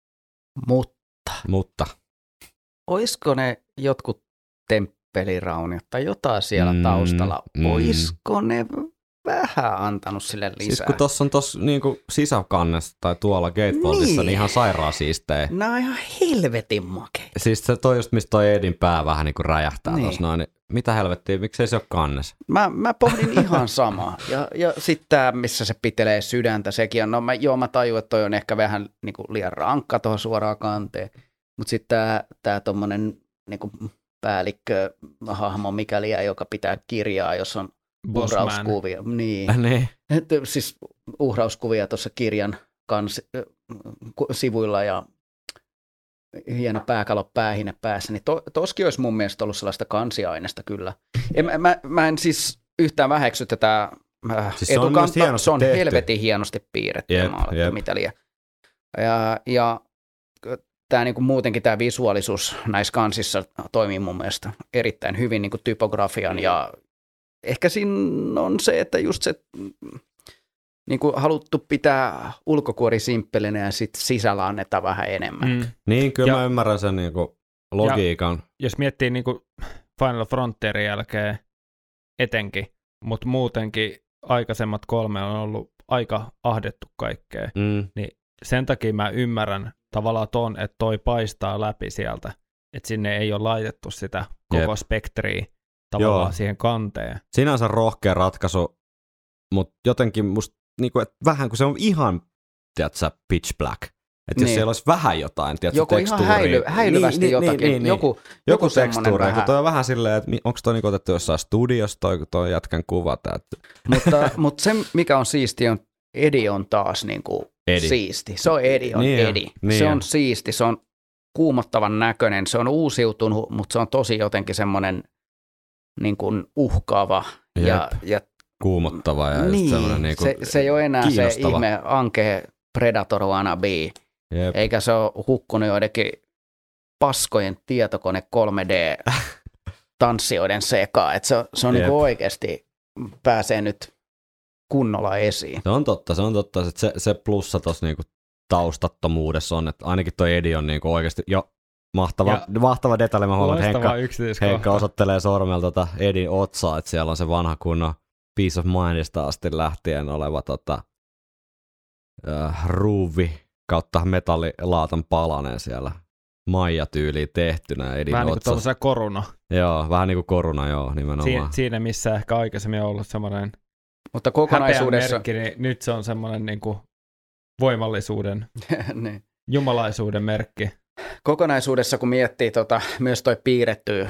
D: Mutta,
B: Mutta.
D: olisiko ne jotkut temppelirauniot tai jotain siellä
B: Mm,
D: taustalla?
B: mm.
D: Olisiko ne vähän antanut sille lisää.
B: Siis kun tuossa on tuossa niinku sisäkannessa tai tuolla Gatefoldissa, niin. niin ihan sairaan siistejä.
D: Nämä on ihan helvetin makeita.
B: Siis se toi just, mistä toi Edin pää vähän niinku räjähtää
D: niin.
B: tuossa noin. Niin mitä helvettiä, miksei se ole kannessa?
D: Mä, mä pohdin ihan samaa. Ja, ja sitten tämä, missä se pitelee sydäntä, sekin on, no mä, joo mä tajun, että toi on ehkä vähän niinku liian rankka tuohon suoraan kanteen. Mutta sitten tämä tää tommonen niinku päällikkö, hahmo, mikäli joka pitää kirjaa, jos on
C: Bossman.
D: uhrauskuvia. Niin.
B: Äh, niin.
D: Siis uhrauskuvia tuossa kirjan kans, sivuilla ja hieno pääkalo päähine päässä, niin to, toskin olisi mun mielestä ollut sellaista kansiainesta kyllä. En, mä, mä en siis yhtään väheksy tätä äh,
B: siis etukanta,
D: se on
B: tehty.
D: helvetin hienosti piirretty
B: Jep,
D: ja maalattu,
B: jep.
D: mitä liian. Ja, ja tämä niinku muutenkin tämä visuaalisuus näissä kansissa toimii mun mielestä erittäin hyvin niinku typografian ja ehkä siinä on se, että just se niinku haluttu pitää ulkokuori simppelinä ja sitten sisällä annetaan vähän enemmän.
C: Mm.
B: Niin, kyllä
C: Ja-
B: mä ymmärrän sen niinku logiikan.
C: Jos miettii niin kuin Final Frontierin jälkeen etenkin, mutta muutenkin aikaisemmat kolme on ollut aika ahdettu kaikkea.
B: Mm.
C: Sen takia mä ymmärrän tavallaan ton, että toi paistaa läpi sieltä, että sinne ei ole laitettu sitä koko
B: Jep.
C: spektriä tavallaan
B: Joo.
C: siihen kanteen.
B: Sinänsä rohkea ratkaisu, mutta jotenkin musta niinku, et vähän kun se on ihan, tiedätkö, pitch black. Että jos
D: Niin.
B: siellä olisi vähän jotain, tiedätkö,
D: Joku ihan
B: tekstuuria.
D: häily, häilyvästi
B: Niin, niin,
D: jotakin,
B: niin, niin.
D: joku,
B: Joku,
D: joku semmoinen
B: tekstuuri, kun
D: vähän.
B: toi on vähän silleen, että onko toi niinku otettu jossain studiossa toi, toi jätkän kuva. Että...
D: mutta, mutta se, mikä on siisti, on Edi on taas niin kuin
B: Edi.
D: siisti. Se on Edi, on
B: Niin on,
D: Edi.
B: niin
D: se on,
B: on.
D: siisti, se on kuumottavan näköinen, se on uusiutunut, mutta se on tosi jotenkin semmoinen niin kuin uhkaava. Ja, ja
B: Kuumottava ja
D: niin,
B: semmoinen niinku
D: se, se ei ole enää se
B: kiinnostava.
D: ihme ankea Predator wannabe,
B: Jep.
D: eikä se ole hukkunut joidenkin paskojen tietokone kolme D-tanssijoiden sekaan. Et se, se on
B: Jep.
D: niinku oikeasti pääsee nyt kunnolla esiin.
B: Se on totta, se on totta. Että se, se plussa tuossa niinku taustattomuudessa on, että ainakin toi Edi on niinku oikeasti jo mahtava,
C: Ja
B: mahtava detalji. Mä huomaan, että
C: loistava
B: Henkka,
C: yksityiskohta.
B: Henkka osoittelee sormella tota Edin otsaa, että siellä on se vanha kunnon Piece of Mindista asti lähtien oleva tota, äh, ruuvi kautta metallilaatan palanen siellä Maija-tyyliin tehtynä Edin
C: Vähän niin kuin
B: otsassa.
C: tuollaisena koruna.
B: Joo, vähän niin kuin koruna, joo, nimenomaan.
C: Siinä, siinä missä ehkä aikaisemmin on ollut semmoinen
D: Mutta
C: häpeän
D: kokonaisuudessa,
C: merkki, niin nyt se on semmoinen niin kuin voimallisuuden,
D: niin.
C: jumalaisuuden merkki.
D: kokonaisuudessa kun miettii tota, myös toi piirretty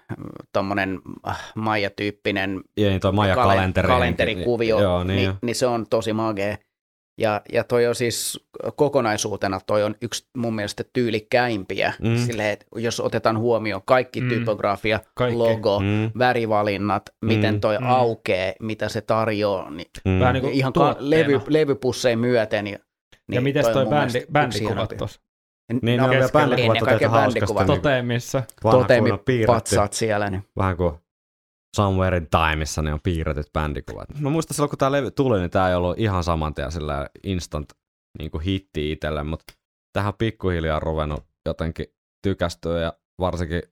D: tommonen äh, Maija-tyyppinen
B: Ja niin toi Maija-kalenteri.
D: kalenterikuvio,
B: Joo,
D: niin,
B: niin,
D: niin, niin se on tosi magea. Ja, ja toi on siis kokonaisuutena, toi on yksi mun mielestä tyylikkäimpiä,
B: Mm.
D: silleen, että jos otetaan huomioon kaikki
C: Mm.
D: typografia,
C: Kaikki.
D: logo,
B: Mm.
D: värivalinnat, miten toi
C: Mm.
D: aukeaa, mitä se tarjoaa, niin
B: Mm.
C: Vähän niin kuin
D: ihan ka-
C: tuotteena.
D: levy, levypusseen myöten. Ja, niin
C: Ja mites
D: on
C: toi
D: mun
C: bändi,
D: mielestä yksi
C: bändikuvat
D: hienompia.
C: tuossa?
B: Niin, ne on vielä
C: keskellä.
B: bändikuvat
D: Ennen
B: on tehty
D: kaikkea
B: hauskasti.
D: bändikuvat.
B: Niin
C: Toteemissa.
B: vanha kunnon piirretty.
D: Toteemipatsaat siellä. Niin.
B: Vähän kuin Somewhere in Timeissa ne on piirretyt bändikuvat. Mä muistan silloin, kun tää levy tuli, niin tää ei ollut ihan saman tien sillä instant niin kuin hitti itselle, mutta tähän on pikkuhiljaa ruvennut jotenkin tykästyä ja varsinkin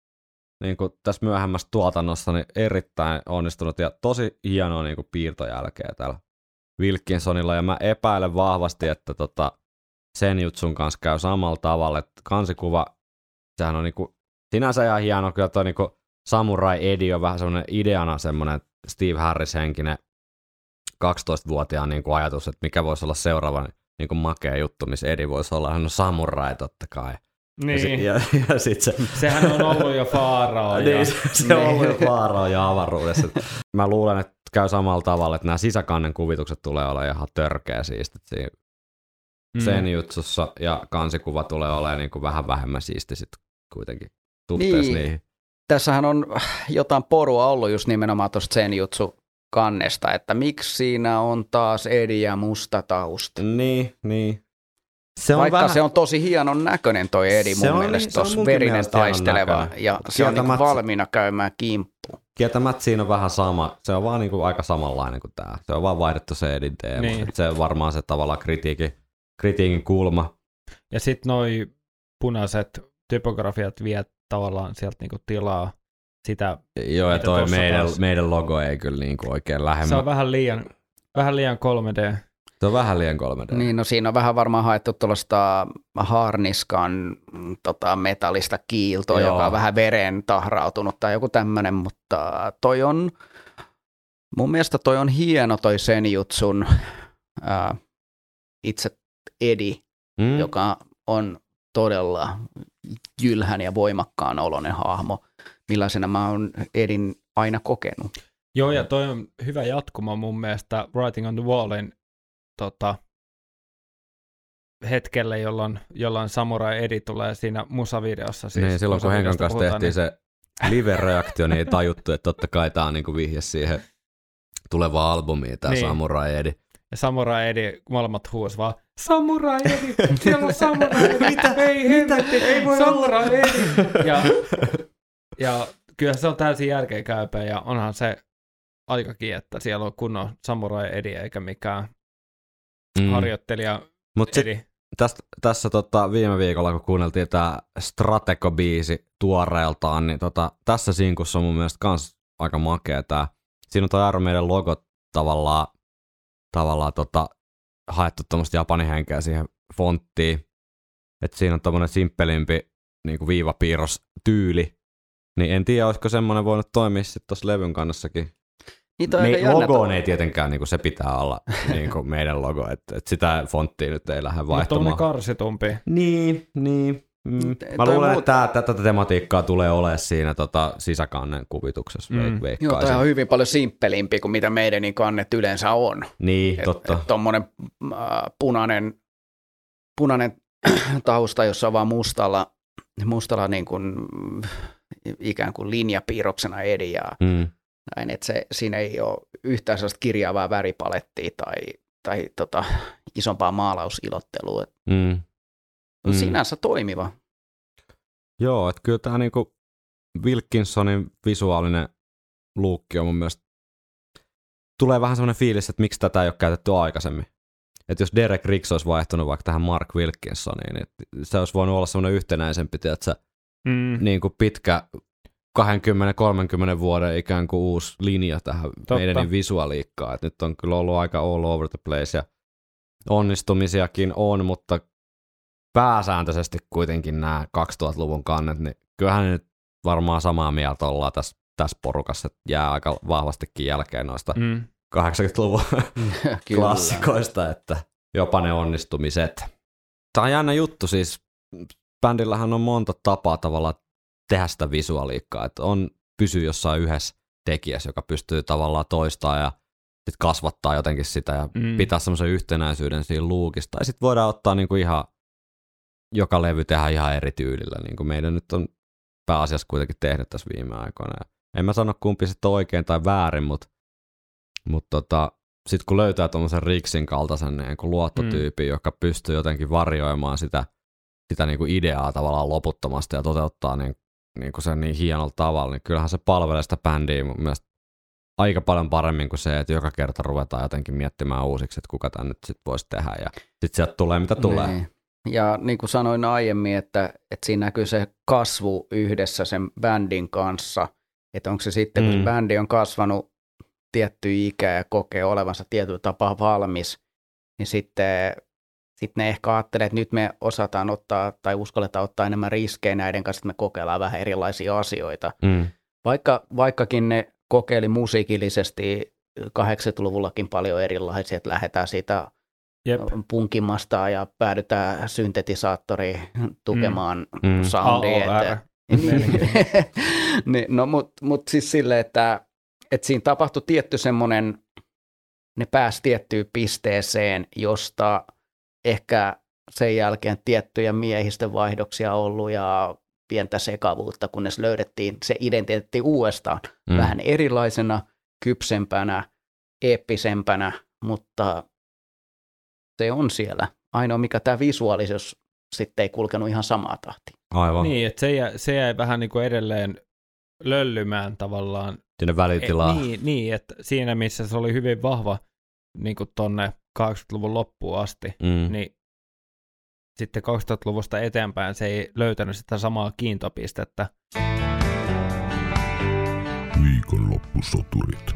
B: niin kuin tässä myöhemmässä tuotannossa niin erittäin onnistunut ja tosi hienoa niin kuin piirtojälkeä täällä Wilkinsonilla ja mä epäilen vahvasti, että tota Senjutsun kanssa käy samalla tavalla, että kansikuva, sehän on niinku sinänsä ihan hieno, kyllä toi niinku Samurai Edi on vähän semmoinen ideana semmoinen Steve Harris-henkinen kaksitoistavuotiaan niinku ajatus, että mikä voisi olla seuraava niinku makea juttu, missä Edi voisi olla, no samurai totta kai. Ja, si-
C: Niin.
B: ja, ja sit se,
C: Sehän on ollut jo Faarao. ja...
B: niin, se, se on ollut jo vaaraa ja avaruudessa. Mä luulen, että käy samalla tavalla, että nämä sisäkannen kuvitukset tulee olla ihan törkeä siistit siinä
C: Mm.
B: Senjutsussa ja kansikuva tulee olemaan niin kuin vähän vähemmän siisti sitten kuitenkin suhteessa
D: Niin.
B: niihin.
D: Tässähän on jotain porua ollut just nimenomaan tuosta Senjutsu kannesta, että miksi siinä on taas Edi ja musta tausta.
B: Niin, niin. Se on
D: Vaikka
B: vähän,
D: se on tosi hienon näköinen toi Edi
B: Se
D: mun
B: on
D: mielestä,
B: niin, se on
D: tuossa
B: munkin
D: verinen
B: mielestä hienon
D: taisteleva
B: näköinen.
D: ja se on niinku
B: Kieltämättä-
D: valmiina käymään kimppuun.
B: kieltämättä siinä on vähän sama, se on vaan niin kuin aika samanlainen kuin tämä. Se on vaan vaihdettu se Edin teema.
C: Niin.
B: Et se on varmaan se tavallaan kritiikin, kritiikin kulma.
C: Ja sitten noi punaiset typografiat vie tavallaan sieltä niinku tilaa sitä.
B: Joo, ja toi meidän,
C: taas.
B: meidän logo ei kyllä niinku oikein lähemmä.
C: Se on vähän liian, vähän liian kolme D.
B: Se on vähän liian kolme D.
D: Niin, no siinä on vähän varmaan haettu tuollaista harniskan tota, metallista kiiltoa,
B: Joo.
D: joka on vähän vereen tahrautunut tai joku tämmöinen, mutta toi on, mun mielestä toi on hieno toi Senjutsun ää, itse Edi,
B: Mm.
D: joka on todella jylhän ja voimakkaan oloinen hahmo, millaisena mä oon Edin aina kokenut.
C: Joo, ja toi on hyvä jatkuma mun mielestä Writing on the Wallin tota, hetkelle, jolloin, jolloin Samurai Edi tulee siinä musavideossa. Siis
B: niin, silloin kun Henkan kanssa
C: puhutaan,
B: tehtiin niin... se live-reaktio, niin ei tajuttu, että totta kai tää on niinku vihje siihen tulevaan albumiin, tää
C: niin.
B: Samurai Edi.
C: Ja Samurai Edi, molemmat huus vaan, Samurai Edi, siellä on Samurai Edi, mitä, ei hemmetti, ei voi Samurai Edi. Ja, ja kyllä se on täysin järkeenkäypä, ja onhan se aikakin, että siellä on kunnon Samurai Edi, eikä mikään mm. harjoittelija
B: Mut
C: Edi.
B: Sit, tästä, tässä tota, viime viikolla, kun kuunneltiin tää Stratego-biisi tuoreeltaan, niin tota, tässä sinkussa on mun mielestä kans aika makea tää. Siinä on toi Iron Maiden logo tavallaan, tavallaan tota, haettu tommoista japanihenkeä siihen fonttiin. Että siinä on tommonen simppelimpi niinku viivapiirrostyyli. Niin en tiedä, olisiko semmonen voinut toimia sit tossa levyn kannassakin. Me, logoon ei tietenkään, niin kuin se pitää olla niin kuin meidän logo, että et sitä fonttia nyt ei lähde vaihtumaan.
C: Mutta karsitumpi.
B: Niin, niin. Mm. Mä luulen, muut... että tätä tematiikkaa tulee olemaan siinä tota, sisäkannen kuvituksessa. Mm.
D: Joo, tämä on hyvin paljon simppelimpi kuin mitä meidän kannet yleensä on.
B: Niin,
D: et,
B: totta.
D: Et tommonen äh, punainen, punainen tausta, jossa on vaan mustalla, mustalla niin kuin, ikään kuin linjapiirroksena Edi ja mm. näin, että se, siinä ei ole yhtään sellaista kirjaavaa väripalettia tai, tai tota, isompaa maalausilottelua. Mm. On mm. sinänsä toimiva.
B: Joo, että kyllä tämä niinku Wilkinsonin visuaalinen luukki on mun mielestä, tulee vähän semmoinen fiilis, että miksi tätä ei ole käytetty aikaisemmin. Että jos Derek Riggs olisi vaihtunut vaikka tähän Mark Wilkinsoniin, niin se olisi voinut olla semmoinen yhtenäisempi, että mm. niin kuin pitkä kaksikymmentä kolmekymmentä vuoden ikään kuin uusi linja tähän Totta. meidän visuaaliikkaan. Et nyt on kyllä ollut aika all over the place ja onnistumisiakin on, mutta pääsääntöisesti kuitenkin nämä kaksituhattaluvun kannet, niin kyllähän nyt varmaan samaa mieltä ollaan tässä, tässä porukassa, että jää aika vahvastikin jälkeen noista mm. kahdeksankymmentäluvun klassikoista, että jopa ne onnistumiset. Tämä on jännä juttu, siis bändillähän on monta tapaa tavallaan tehdä sitä visuaaliikkaa, että on pysyy jossain yhdessä tekijässä, joka pystyy tavallaan toistamaan ja sit kasvattaa jotenkin sitä ja mm. pitää semmoisen yhtenäisyyden siinä luukista. Tai sitten voidaan ottaa niinku ihan joka levy tehdä ihan eri tyylillä, niin kuin meidän nyt on pääasiassa kuitenkin tehnyt tässä viime aikoina. Ja en mä sano kumpi sitten oikein tai väärin, mutta mut tota, sitten kun löytää tuommoisen Riggsin kaltaisen niin kuin luottotyypin, mm. joka pystyy jotenkin varjoimaan sitä, sitä niin kuin ideaa tavallaan loputtomasti ja toteuttaa niin, niin kuin sen niin hienolla tavalla, niin kyllähän se palvelee sitä bändiä mun mielestä aika paljon paremmin kuin se, että joka kerta ruvetaan jotenkin miettimään uusiksi, että kuka tämän nyt sitten voisi tehdä ja sitten sieltä tulee mitä tulee.
D: Nee. Ja niin kuin sanoin aiemmin, että, että siinä näkyy se kasvu yhdessä sen bändin kanssa, että onko se sitten, mm. kun se bändi on kasvanut tiettyä ikää ja kokee olevansa tietyllä tapaa valmis, niin sitten, sitten ne ehkä ajattelee, että nyt me osataan ottaa tai uskalletaan ottaa enemmän riskejä näiden kanssa, että me kokeillaan vähän erilaisia asioita. Mm. Vaikka, vaikkakin ne kokeili musiikillisesti kahdeksankymmentäluvullakin paljon erilaisia, että lähdetään siitä Jep. punkimasta ja päädytään syntetisaattoriin tukemaan mm. mm. soundia. niin, no, mutta mut siis silleen, että, että siinä tapahtui tietty semmoinen, ne pääsi tiettyyn pisteeseen, josta ehkä sen jälkeen tiettyjä miehistönvaihdoksia ollut ja pientä sekavuutta, kunnes löydettiin se identiteetti uudestaan mm. vähän erilaisena, kypsempänä, eeppisempänä, mutta se on siellä. Ainoa mikä tämä visuaalisuus sitten ei kulkenut ihan samaa tahtia.
B: Aivan.
C: Niin, että se jäi, se jäi vähän niin kuin edelleen löllymään tavallaan.
B: Sinne välitilaan.
C: E, niin, niin, että siinä missä se oli hyvin vahva niin kuin tonne kahdeksankymmentäluvun loppuun asti, mm. niin sitten kaksituhattaluvusta eteenpäin se ei löytänyt sitä samaa kiintopistettä.
A: Viikonloppusoturit.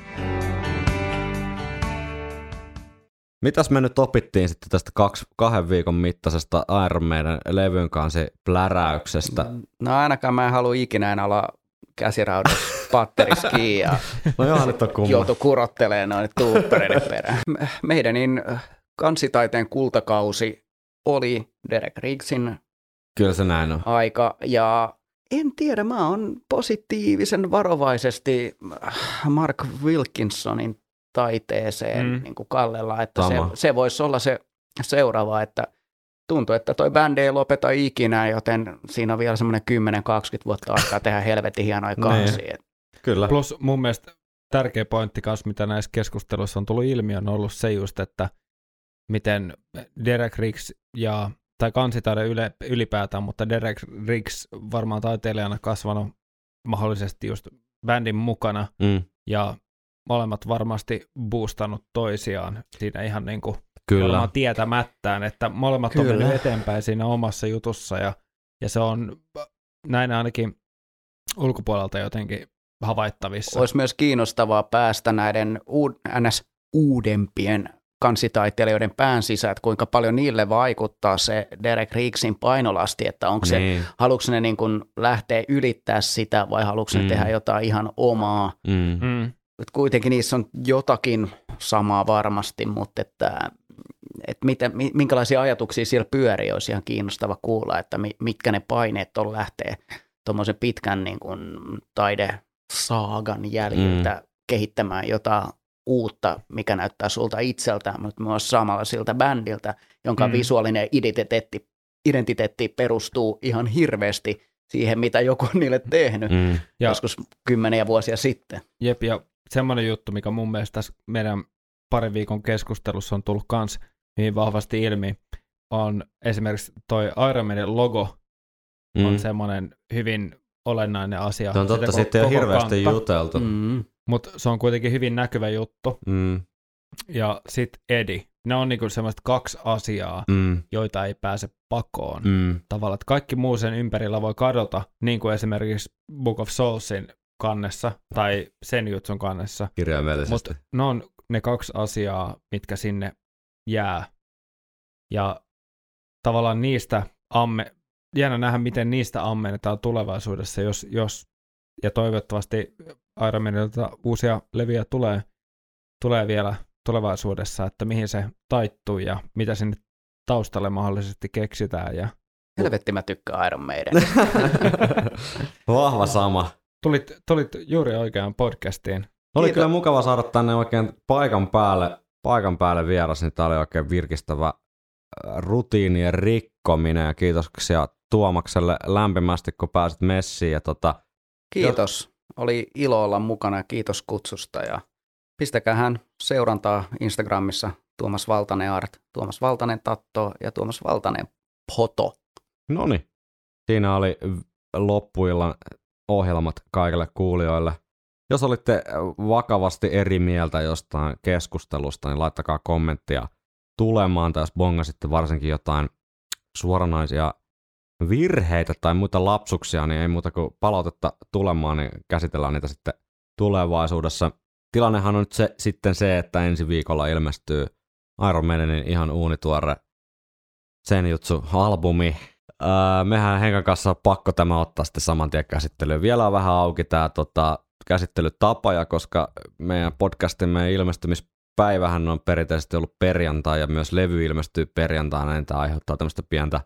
B: Mitäs me nyt opittiin sitten tästä kaksi, kahden viikon mittaisesta Iron Maiden levyn kanssa pläräyksestä?
D: No ainakaan mä en halua ikinä enää olla käsiraudas patteriskiin ja
B: No johan nyt on kumma.
D: joutu kurottelemaan noin tuuppereiden perään. Meidänin kansitaiteen kultakausi oli Derek Riggsin
B: Kyllä se näin on.
D: aika ja en tiedä, mä oon positiivisen varovaisesti Mark Wilkinsonin taiteeseen
C: Mm.
D: niin kuin kallella, että se,
B: Sama.
D: se voisi olla se seuraava, että tuntuu, että toi bändi ei lopeta ikinä, joten siinä on vielä semmoinen kymmenen kaksikymmentä vuotta aikaa tehdä helvetin hienoja kansia.
B: Kyllä.
C: Plus mun mielestä tärkeä pointti kanssa, mitä näissä keskusteluissa on tullut ilmi, on ollut se just, että miten Derek Riggs ja, tai kansitaide yle, ylipäätään, mutta Derek Riggs varmaan taiteilijana kasvanut mahdollisesti just bändin mukana,
B: Mm.
C: ja molemmat varmasti boostannut toisiaan siinä ihan niin kuin
B: Kyllä.
C: varmaan tietämättään, että molemmat
D: Kyllä.
C: on mennyt eteenpäin siinä omassa jutussa, ja, ja se on näin ainakin ulkopuolelta jotenkin havaittavissa.
D: Olisi myös kiinnostavaa päästä näiden uud- ns. Uudempien kansitaiteilijoiden pään sisään, että kuinka paljon niille vaikuttaa se Derek Riggsin painolasti, että onko se,
B: Niin.
D: haluatko ne niin kuin lähteä ylittää sitä vai haluatko ne
B: Mm.
D: tehdä jotain ihan omaa.
B: Mm.
C: Mm.
D: Et kuitenkin niissä on jotakin samaa varmasti, mutta että, että miten, minkälaisia ajatuksia siellä pyörii, olisi ihan kiinnostava kuulla, että mitkä ne paineet on lähteä tuommoisen pitkän niin kuin taidesaagan jäljiltä mm. kehittämään jotain uutta, mikä näyttää sulta itseltään, mutta myös samalla siltä bändiltä, jonka
C: Mm.
D: visuaalinen identiteetti, identiteetti perustuu ihan hirveästi siihen, mitä joku on niille tehnyt
B: Mm.
C: Ja-
D: joskus kymmeniä vuosia sitten.
C: Jep, ja semmoinen juttu, mikä mun mielestä tässä meidän parin viikon keskustelussa on tullut kans hyvin vahvasti ilmi, on esimerkiksi toi Iron Maiden logo
B: Mm.
C: on semmoinen hyvin olennainen asia.
B: Se on totta,
C: Sitä
B: sitten ei ole
C: koko
B: hirveästi
C: kantta,
B: juteltu.
D: Mm.
C: Mutta se on kuitenkin hyvin näkyvä juttu.
B: Mm.
C: Ja sit Eddie. Ne on niinku semmoista kaksi asiaa,
B: Mm.
C: joita ei pääse pakoon.
B: Mm.
C: Tavallaan, että kaikki muu sen ympärillä voi kadota, niin kuin esimerkiksi Book of Soulsin kannessa tai sen jutsun kannessa.
B: Kirjaimellisesti.
C: Mutta ne on ne kaksi asiaa, mitkä sinne jää. Ja tavallaan niistä amme, jännä nähdä, miten niistä ammennetaan tulevaisuudessa, jos, jos ja toivottavasti Iron Maidenilta uusia leviä tulee, tulee vielä tulevaisuudessa, että mihin se taittuu ja mitä sinne taustalle mahdollisesti keksitään. Ja
D: Helvetti mä tykkään Iron Maiden.
B: Vahva sama.
C: tulit, tulit juuri oikeaan podcastiin.
B: Oli
D: Kiitos.
B: kyllä mukava saada tänne oikein paikan päälle, paikan päälle vieras, niin tämä oli oikein virkistävä äh, rutiinien rikkominen ja kiitoksia Tuomakselle lämpimästi, kun pääsit messiin. Ja tota,
D: Kiitos. Oli ilo olla mukana ja kiitos kutsusta. Ja pistäkäähän seurantaa Instagramissa Tuomas Valtanen Art, Tuomas Valtanen Tatto ja Tuomas Valtanen Poto.
B: noniin, siinä oli loppuillan ohjelmat kaikille kuulijoille. Jos olitte vakavasti eri mieltä jostain keskustelusta, niin laittakaa kommenttia tulemaan, tai jos bongasitte varsinkin jotain suoranaisia virheitä tai muita lapsuksia, niin ei muuta kuin palautetta tulemaan, niin käsitellään niitä sitten tulevaisuudessa. Tilannehan on nyt se, sitten se, että ensi viikolla ilmestyy Iron Maidenin ihan uunituore Senjutsu-albumi. Öö, mehän Henkan kanssa on pakko tämä ottaa sitten saman tien käsittelyyn. Vielä on vähän auki tämä tota, käsittelytapaja, koska meidän podcastimme ilmestymispäivähän on perinteisesti ollut perjantai ja myös levy ilmestyy perjantaina, niin tämä aiheuttaa tämmöistä pientä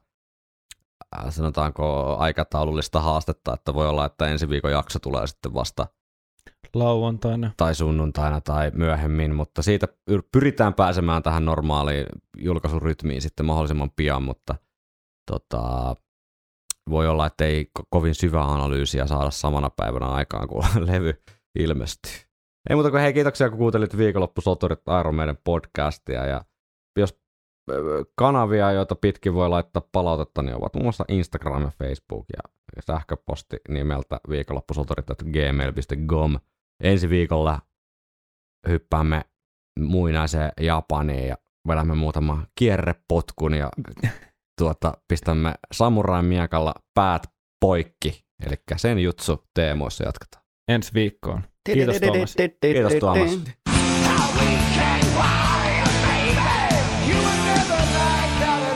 B: äh, sanotaanko aikataulullista haastetta, että voi olla, että ensi viikon jakso tulee sitten vasta
C: Lauantaina.
B: tai sunnuntaina tai myöhemmin, mutta siitä pyritään pääsemään tähän normaaliin julkaisurytmiin sitten mahdollisimman pian, mutta tota, voi olla, että ei ko- kovin syvää analyysiä saada samana päivänä aikaan, kun levy ilmestyy. Ei muuta kuin hei, kiitoksia kun kuuntelit Viikonloppusoturit Iron Maiden podcastia, ja jos ö, kanavia, joita pitkin voi laittaa palautetta, niin ovat muun muassa Instagram ja Facebook ja sähköposti nimeltä viikonloppusoturit at gmail piste com. Ensi viikolla hyppäämme muinaiseen Japaniin ja vedämme muutama kierrepotkun ja tuota, pistämme samurain miekalla päät poikki. Eli sen jutsu teemoissa jatketaan.
C: Ensi viikkoon. Kiitos Tuomas.
B: Kiitos Tuomas.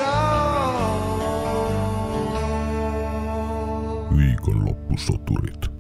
A: Viikonloppusoturit.